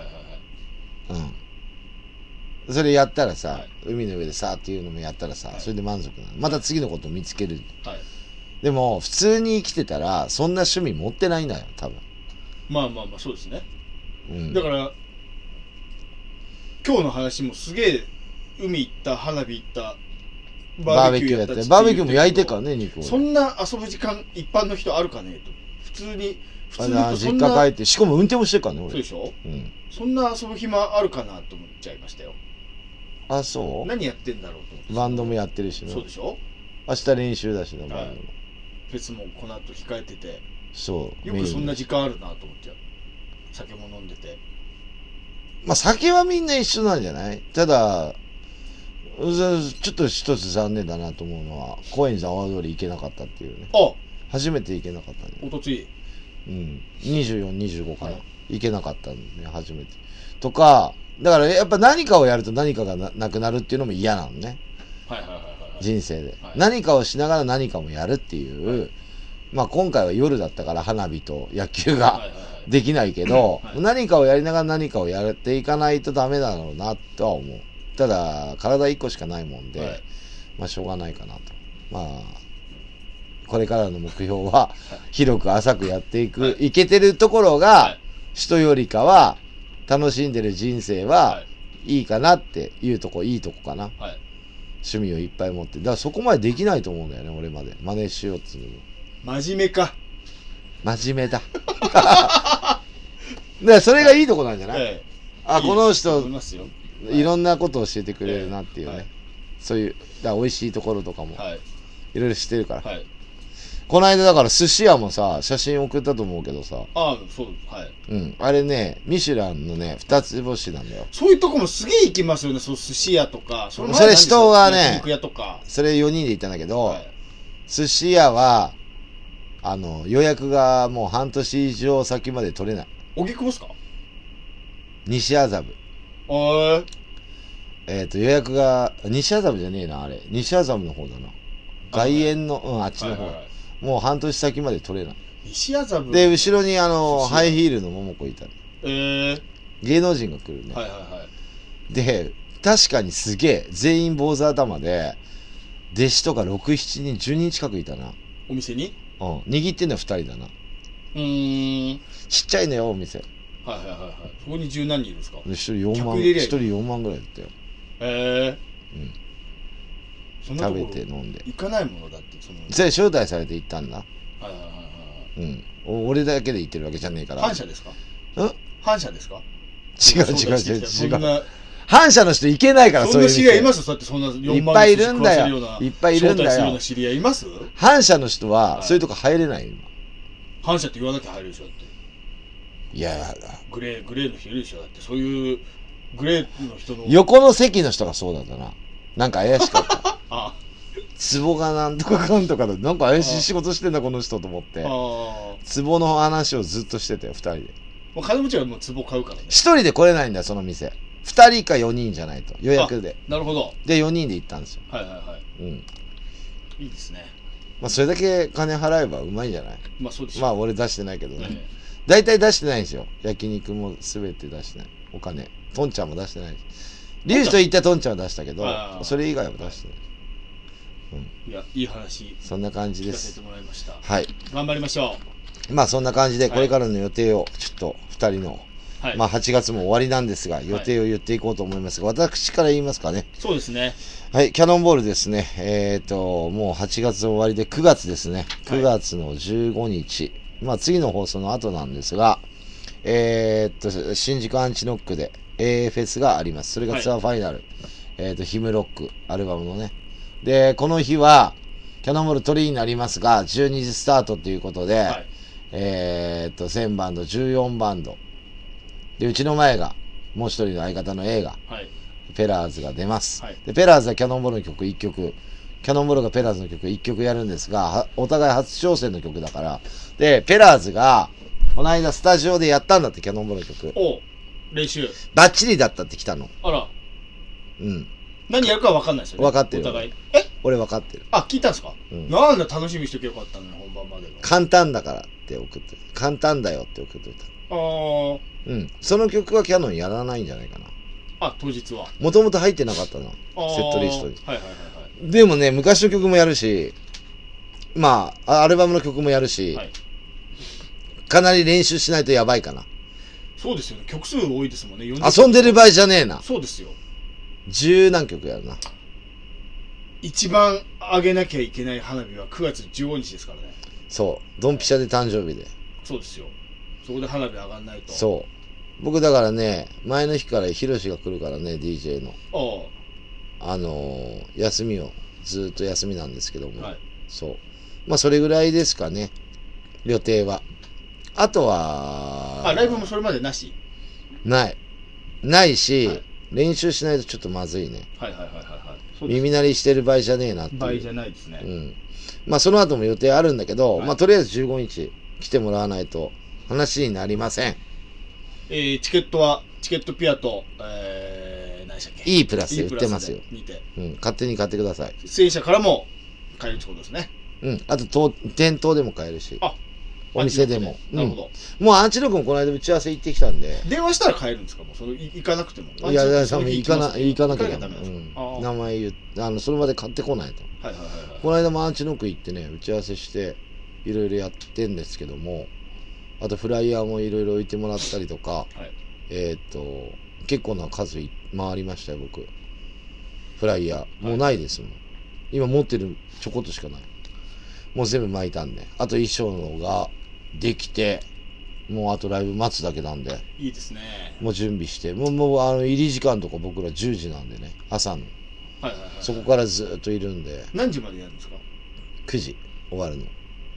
それやったらさ、海の上でさーっていうのもやったらさ、それで満足なの。また次のことを見つける。でも、普通に生きてたら、そんな趣味持ってないんだよ、多分。 そうですね。だから、今日の話もすげえ、海行った、花火行った、バーベキューやった。 バーベキューも焼いてからね、肉を。 そんな遊ぶ時間、一般の人あるかねと。普通に実家帰って、しかも運転もしてるからね、俺。 そうでしょ？そんな遊ぶ暇あるかなと思っちゃいましたよ。 そう？ 何やってんだろうと思って。 バンドもやってるしね。 そうでしょ？ 明日練習だしね、バンドも。 フェスもこの後控えてて。 そう。 よくそんな時間あるなと思っちゃう。酒も飲んでて。 酒はみんな一緒なんじゃない？ただ、ちょっと一つ残念だなと思うのは、高円寺阿波通り行けなかったっていうね。初めて行けなかったね。 おとつい。 24、25かな。行けなかったんで、初めて。とか、だからやっぱ何かをやると何かがなくなるっていうのも嫌なのね。人生で。何かをしながら何かもやるっていう、今回は夜だったから花火と野球ができないけど、何かをやりながら何かをやっていかないとダメだろうなとは思う。ただ、体1個しかないもんで、しょうがないかなと。これからの目標は、広く浅くやっていく、いけてるところが、人よりかは、楽しんでる人生はいいかなっていうとこ、いいとこかな。趣味をいっぱい持って。だからそこまでできないと思うんだよね、俺まで。真似しようっていうの。真面目か。 真面目だ。だからそれがいいとこなんじゃない？この人、いろんなことを教えてくれるなっていうね。そういう、だから美味しいところとかも、いろいろ知ってるから。 この間だから寿司屋もさ、写真送ったと思うけどさ。 ああ、そう、はい。 うん。あれね、ミシュランのね、2つ星なんだよ。 そういうとこもすげえ行きますよね、そう寿司屋とか。 それ人はね、 焼肉屋とか。 それ4人で行ったんだけど、 はい、寿司屋は、予約がもう半年以上先まで取れない。 荻窪っすか？ 西麻布。予約が、西麻布じゃねえな、あれ。西麻布の方だな。外苑の、あっちの方、はいはいはい。もう半年先まで取れない。 西麻布で、後ろにハイヒールの桃子いたの。芸能人が来るね。 はいはいはい。 で、確かにすげえ、全員坊主頭で、弟子とか6、7人、10人近くいたな。 お店に？ うん。握ってんのは2人だな。ちっちゃいのよ、お店。 はいはいはいはい。そこに10何人いるんですか？ 1人4万、1人4万ぐらいだったよ。うん。 そんなところ食べて飲んで。 行かないものだって、それ招待されて行ったんだ。 はいはいはいはい。 うん。俺だけで行ってるわけじゃねえから。 反社ですか？反社ですか？ 違う。反社の人行けないから、 そういう知り合いいます？だってそんな4万いっぱいいるんだよ。いっぱいいるんだよ。 招待するような知り合いいます？ 反社の人は、そういうとこ入れないよ。 反社って言わなきゃ入るでしょ、だって。 いや、 グレーの人いるでしょ、だって。そういう、グレーの人の。 横の席の人がそうだったな。なんか怪しかった。 ああ。 壺がなんとかかんとかで、なんか怪しい仕事してんだ、この人と思って。壺の話をずっとしてたよ、2人で。 もう金持ちはもう壺買うからね。1 人で来れないんだよ、その店。2人か4人じゃないと、予約で。 なるほど。 で、4人で行ったんですよ。 はいはいはい。うん。いいですね。 まあ、それだけ金払えばうまいんじゃない？ まあそうです。 まあ、俺出してないけどね。大体出してないんですよ。焼肉も全て出してない。お金。トンちゃんも出してない。リュウジと言ったトンちゃんは出したけど、それ以外は出してない。 いや、いい話。 そんな感じです。 聞かせてもらいました。 はい。 頑張りましょう。まあそんな感じで、これからの予定を、ちょっと2人の、まあ8月も終わりなんですが、予定を言っていこうと思いますが、私から言いますかね。 そうですね。 はい、キャノンボールですね。もう8月終わりで9月ですね。9月の15日。まあ次の放送の後なんですが、新宿アンチノックで AA フェスがあります。それがツアーファイナル。ヒムロック、アルバムのね。で、この日は、キャノンボールトリーになりますが、12時スタートということで、1000バンド、14バンド。で、うちの前が、もう一人の相方の映画、ペラーズが出ます。で、ペラーズはキャノンボールの曲1曲、キャノンボールがペラーズの曲1曲やるんですが、お互い初挑戦の曲だから、で、ペラーズが、この間スタジオでやったんだって、キャノンボールの曲。 練習。 バッチリだったって来たの。 あら。 うん。 何やるか分かんないですよね。 分かってる。 お互い。 俺分かってる。 聞いたんですか？なんだ、楽しみにしとけばよかったのに、本番までの。 簡単だからって送って、簡単だよって送っといた。うん。その曲はキャノンやらないんじゃないかな。 当日は。 もともと入ってなかったな。セットリストに。 はいはいはいはい。 でもね、昔の曲もやるし、まあ、アルバムの曲もやるし、かなり練習しないとやばいかな。 そうですよね。曲数多いですもんね。 遊んでる場合じゃねえな。 そうですよ。 10何曲やるな。 一番上げなきゃいけない花火は9月15日ですからね。 そう。ドンピシャで誕生日で。 そうですよ。そこで花火上がんないと。 そう。僕だからね、前の日からヒロシが来るからね、DJ の。休みを、ずっと休みなんですけども。そう。まあ、それぐらいですかね。予定は。あとは、 ライブもそれまでなし？ ない。ないし、練習しないとちょっとまずいね。耳鳴りしてる場合じゃねえなっていう。 場合じゃないですね。 うん。まあその後も予定あるんだけど、まあとりあえず15日来てもらわないと話になりません。 チケットは、チケットピアと、何でしたっけ？ E プラスで売ってますよ。うん。勝手に買ってください。 出演者からも買えるってことですね。 うん。あと、店頭でも買えるし。お店でも。 なるほど。 もうアンチノ君この間打ち合わせ行ってきたんで。 電話したら買えるんですか？もう行かなくても。 いや、行かなきゃダメ。名前言う、それまで買ってこないと。この間もアンチノ君行ってね、打ち合わせして、いろいろやってんですけども、あとフライヤーもいろいろ置いてもらったりとか、結構な数回りましたよ、僕。フライヤー。もうないですもん。今持ってるちょこっとしかない。もう全部巻いたんで。あと衣装のができて、もうあとライブ待つだけなんで。 いいですね。 もう準備して。もう入り時間とか僕ら10時なんでね。朝の。そこからずっといるんで。 何時までやるんですか？ 9時終わるの。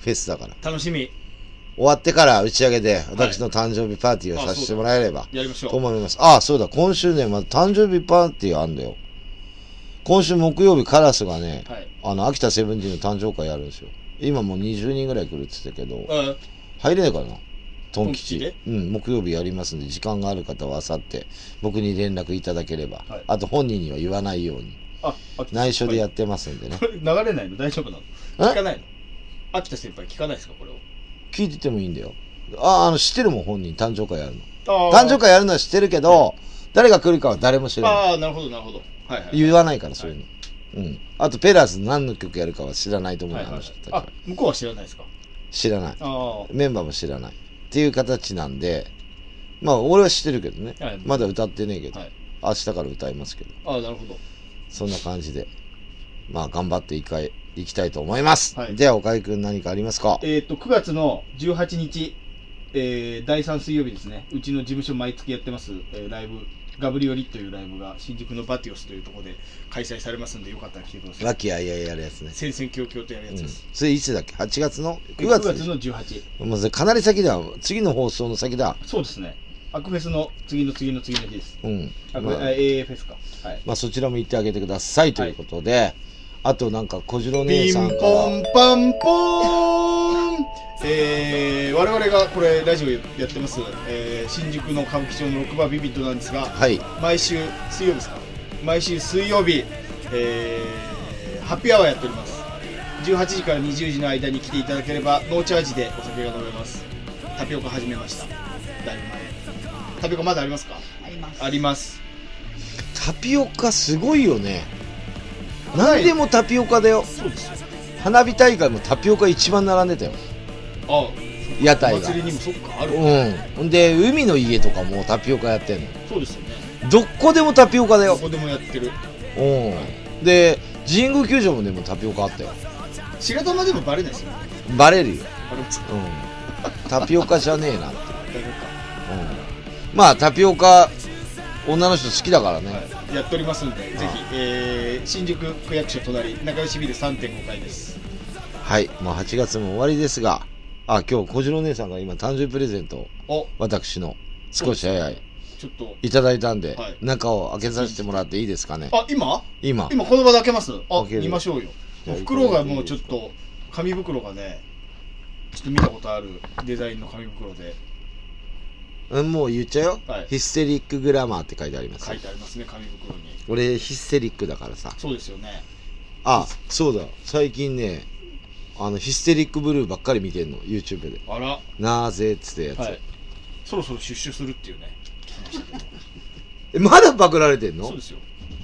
フェスだから。 楽しみ。 終わってから打ち上げで私の誕生日パーティーをさせてもらえれば、 やりましょうと思います。あ、そうだ、今週ね、まず誕生日パーティーあんだよ。今週木曜日カラスがね、秋田セブンティーンの誕生会やるんですよ。今もう20人ぐらい来るって言ってたけど、入れないからな。トン吉で、木曜日やりますんで、時間がある方はあさって僕に連絡いただければ、あと本人には言わないように内緒でやってますんでね。 これ流れないの大丈夫なの？聞かないの？秋田先輩聞かないですかこれを？聞いててもいいんだよ。知ってるもん、本人誕生会やるの。誕生会やるのは知ってるけど、誰が来るかは誰も知らない。 ああ、なるほどなるほど。はいはい。 言わないからそういうの。あとペラーズ何の曲やるかは知らないと思う、あの人たちは。 向こうは知らないですか？知らない。メンバーも知らないっていう形なんで、まあ俺は知ってるけどね、まだ歌ってねえけど、明日から歌いますけど。 ああ、なるほど。そんな感じでまあ頑張っていきたいと思います。では岡井くん何かありますか ？9月の18日、第3水曜日ですね。うちの事務所毎月やってます、ライブガブリオリというライブが新宿のバティオスというところで開催されますんで、よかったら来てください。 和気あいあいやるやつね。 戦々恐々とやるやつです。 それいつだっけ？8月の 9月の18。 もうかなり先だ。次の放送の先だ。 そうですね。アクフェスの次の日です。AA フェスか。 まあそちらも行ってあげてくださいということで、あとなんか小次郎姉さんからピンポンパンポーン。我々がこれラジオやってます、新宿の歌舞伎町の6番ビビットなんですが、毎週水曜日ですか？毎週水曜日、ハッピーアワーやっております。18時から20時の間に来ていただければノーチャージでお酒が飲めます。タピオカ始めました。だいぶ前。タピオカまだありますか？あります。 タピオカすごいよね。何でもタピオカだよ。 そうですよ。 花火大会もタピオカ一番並んでたよ。屋台が。 祭りにもそっかある。 で海の家とかもタピオカやってんの。 そうですよね。 どこでもタピオカだよ。 どこでもやってる。 で神宮球場もでもタピオカあったよ。 白玉でもバレないですよね。 バレるよ。タピオカじゃねえなって。まあタピオカ女の人好きだからね、 やっておりますんで、ぜひ、新宿区役所隣仲良しビル 3.5 階です。 はい、もう8月も終わりですが、今日小次郎姉さんが今誕生日プレゼントを私の少し早いちょっといただいたんで、中を開けさせてもらっていいですかね。 今この場で開けます。見ましょうよ。袋がもうちょっと紙袋がね、ちょっと見たことあるデザインの紙袋で、 もう言っちゃうよ、ヒステリックグラマーって書いてあります。 書いてありますね、紙袋に。 俺ヒステリックだからさ。 そうですよね。 そうだ、最近ねヒステリックブルーばっかり見てんの YouTube で。 あら、 なぜっつってやつ、 そろそろ出所するっていうね。 まだパクられてんの？ そうですよ。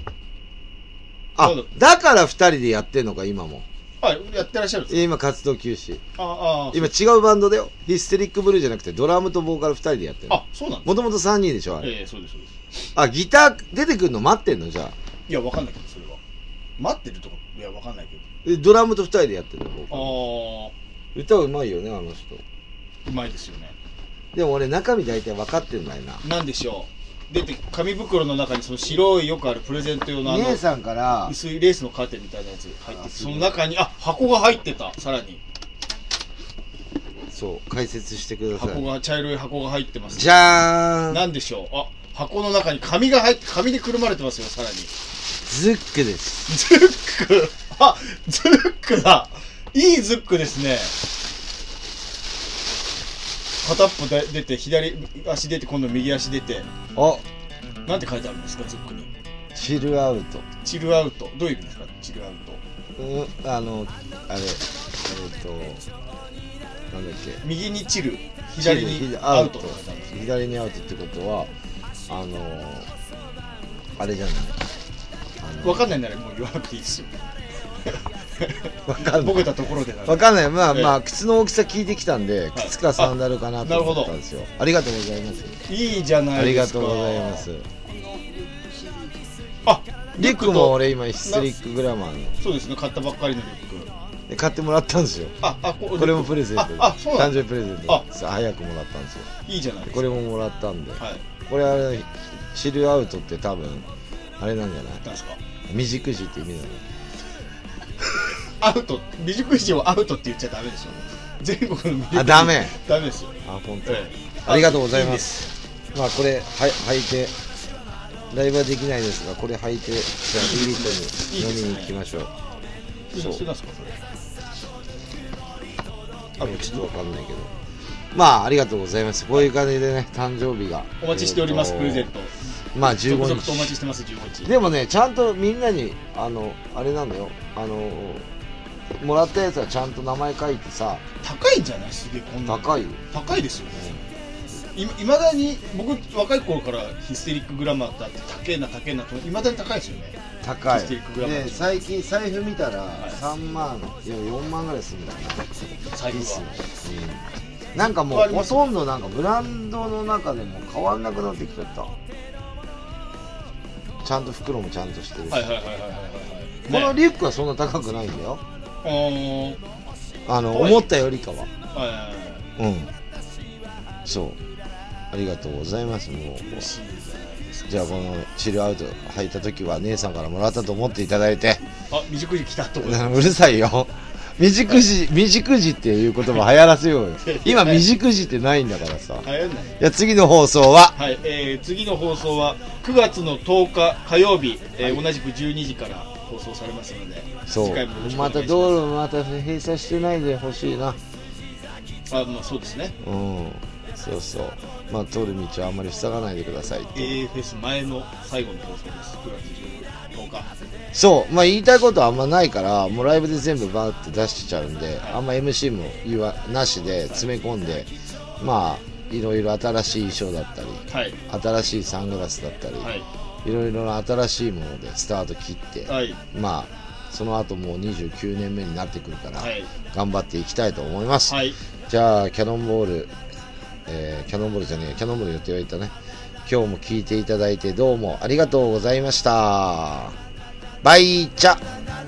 だから2人でやってんのか今も。 やってらっしゃるんですか？ 今活動休止。今違うバンドだよ。ヒステリックブルーじゃなくてドラムとボーカル2人でやってる。 そうなんです。 もともと3人でしょあれ。 そうですそうです。 ギター出てくるの待ってんの？じゃあ。 いやわかんないけど、それは待ってるとか、いやわかんないけど。 ドラムと2人でやってるの？ボーカル。歌うまいよねあの人。 うまいですよね。 でも俺中身大体分かってんだよな。 なんでしょう。出て紙袋の中にその白いよくあるプレゼント用の姉さんから薄いレースのカーテンみたいなやつ入ってて、その中に箱が入ってた。さらにそう解説してください。 茶色い箱が入ってます、 じゃーん。 なんでしょう。箱の中に紙が入って、紙でくるまれてますよ。さらにズックです。 ズック。ズックだ。いいズックですね。片っぽ出て、左足出て、今度右足出て。なんて書いてあるんですか、ズックに。 チルアウト。 チルアウト。どういう意味ですか、チルアウト。 なんだっけ。右にチル、左にアウトって書いてあるんです。 左にアウトってことは、あれじゃない。 わかんないならもう言わなくていいですよ。 わかんない。 ボケたところでわかんない。まあ靴の大きさ聞いてきたんで、靴かサンダルかなと思ったんですよ。ありがとうございます。 いいじゃないですか。 ありがとうございます。リュックも俺今ヒステリックグラマーの。 そうですね、買ったばっかりのリュック。 買ってもらったんですよ。これもプレゼントで。誕生日プレゼント。早くもらったんですよ。 いいじゃないですか。 これももらったんで。これチルアウトって多分あれなんじゃない？ 何ですか？ 未熟児って意味なの。 アウト、未熟児をアウトって言っちゃダメでしょ。 全国の魅力。 ダメですよ。 本当。ありがとうございます。まあこれ履いてライブはできないですが、これ履いてじゃあビリットに飲みに行きましょう。 そうですかそれ。 ちょっとわかんないけど。まあありがとうございます。こういう感じでね、誕生日がお待ちしております。プレゼント。 まあ15日。 続々とお待ちしてます。15日。 でもね、ちゃんとみんなにあれなのよ。もらったやつはちゃんと名前書いてさ。 高いんじゃない？すげえこんな。 高いよ。 高いですよね。いまだに僕若い頃からヒステリックグラマーってあって高えなといまだに高いですよね。 高い。 ヒステリックグラマーで最近財布見たら3万、いや4万ぐらいするんだよね。 財布は。 なんかもうほとんどなんかブランドの中でも変わんなくなってきちゃった。ちゃんと袋もちゃんとしてるし。このリュックはそんな高くないんだよ。思ったよりかは。うん。そう。ありがとうございます。もう。じゃあこのチルアウト履いた時は姉さんからもらったと思っていただいて。 未熟児来たと思うるさいよ。未熟児っていう言葉流行らせようよ。今未熟児ってないんだからさ。 流行んない。 じゃあ次の放送は、 はい、次の放送は9月の10日火曜日、同じく12時から放送されますので、 そう次回もよろしくお願いします。 また道路また閉鎖してないでほしいな。 まあそうですね。 そうそう。まあ通る道はあんまり塞がないでくださいって。 AFS 前の最後の放送です。9月10日。 そうまあ言いたいことはあんまないからもうライブで全部バーって出しちゃうんで、あんま MC もなしで詰め込んで、まあいろいろ新しい衣装だったり、新しいサングラスだったり、いろいろな新しいものでスタート切って、まあその後もう29年目になってくるから、頑張っていきたいと思います。じゃあキャノンボールキャノンボールじゃねえキャノンボール予定はいたね。今日も聞いていただいてどうもありがとうございました。バイチャ。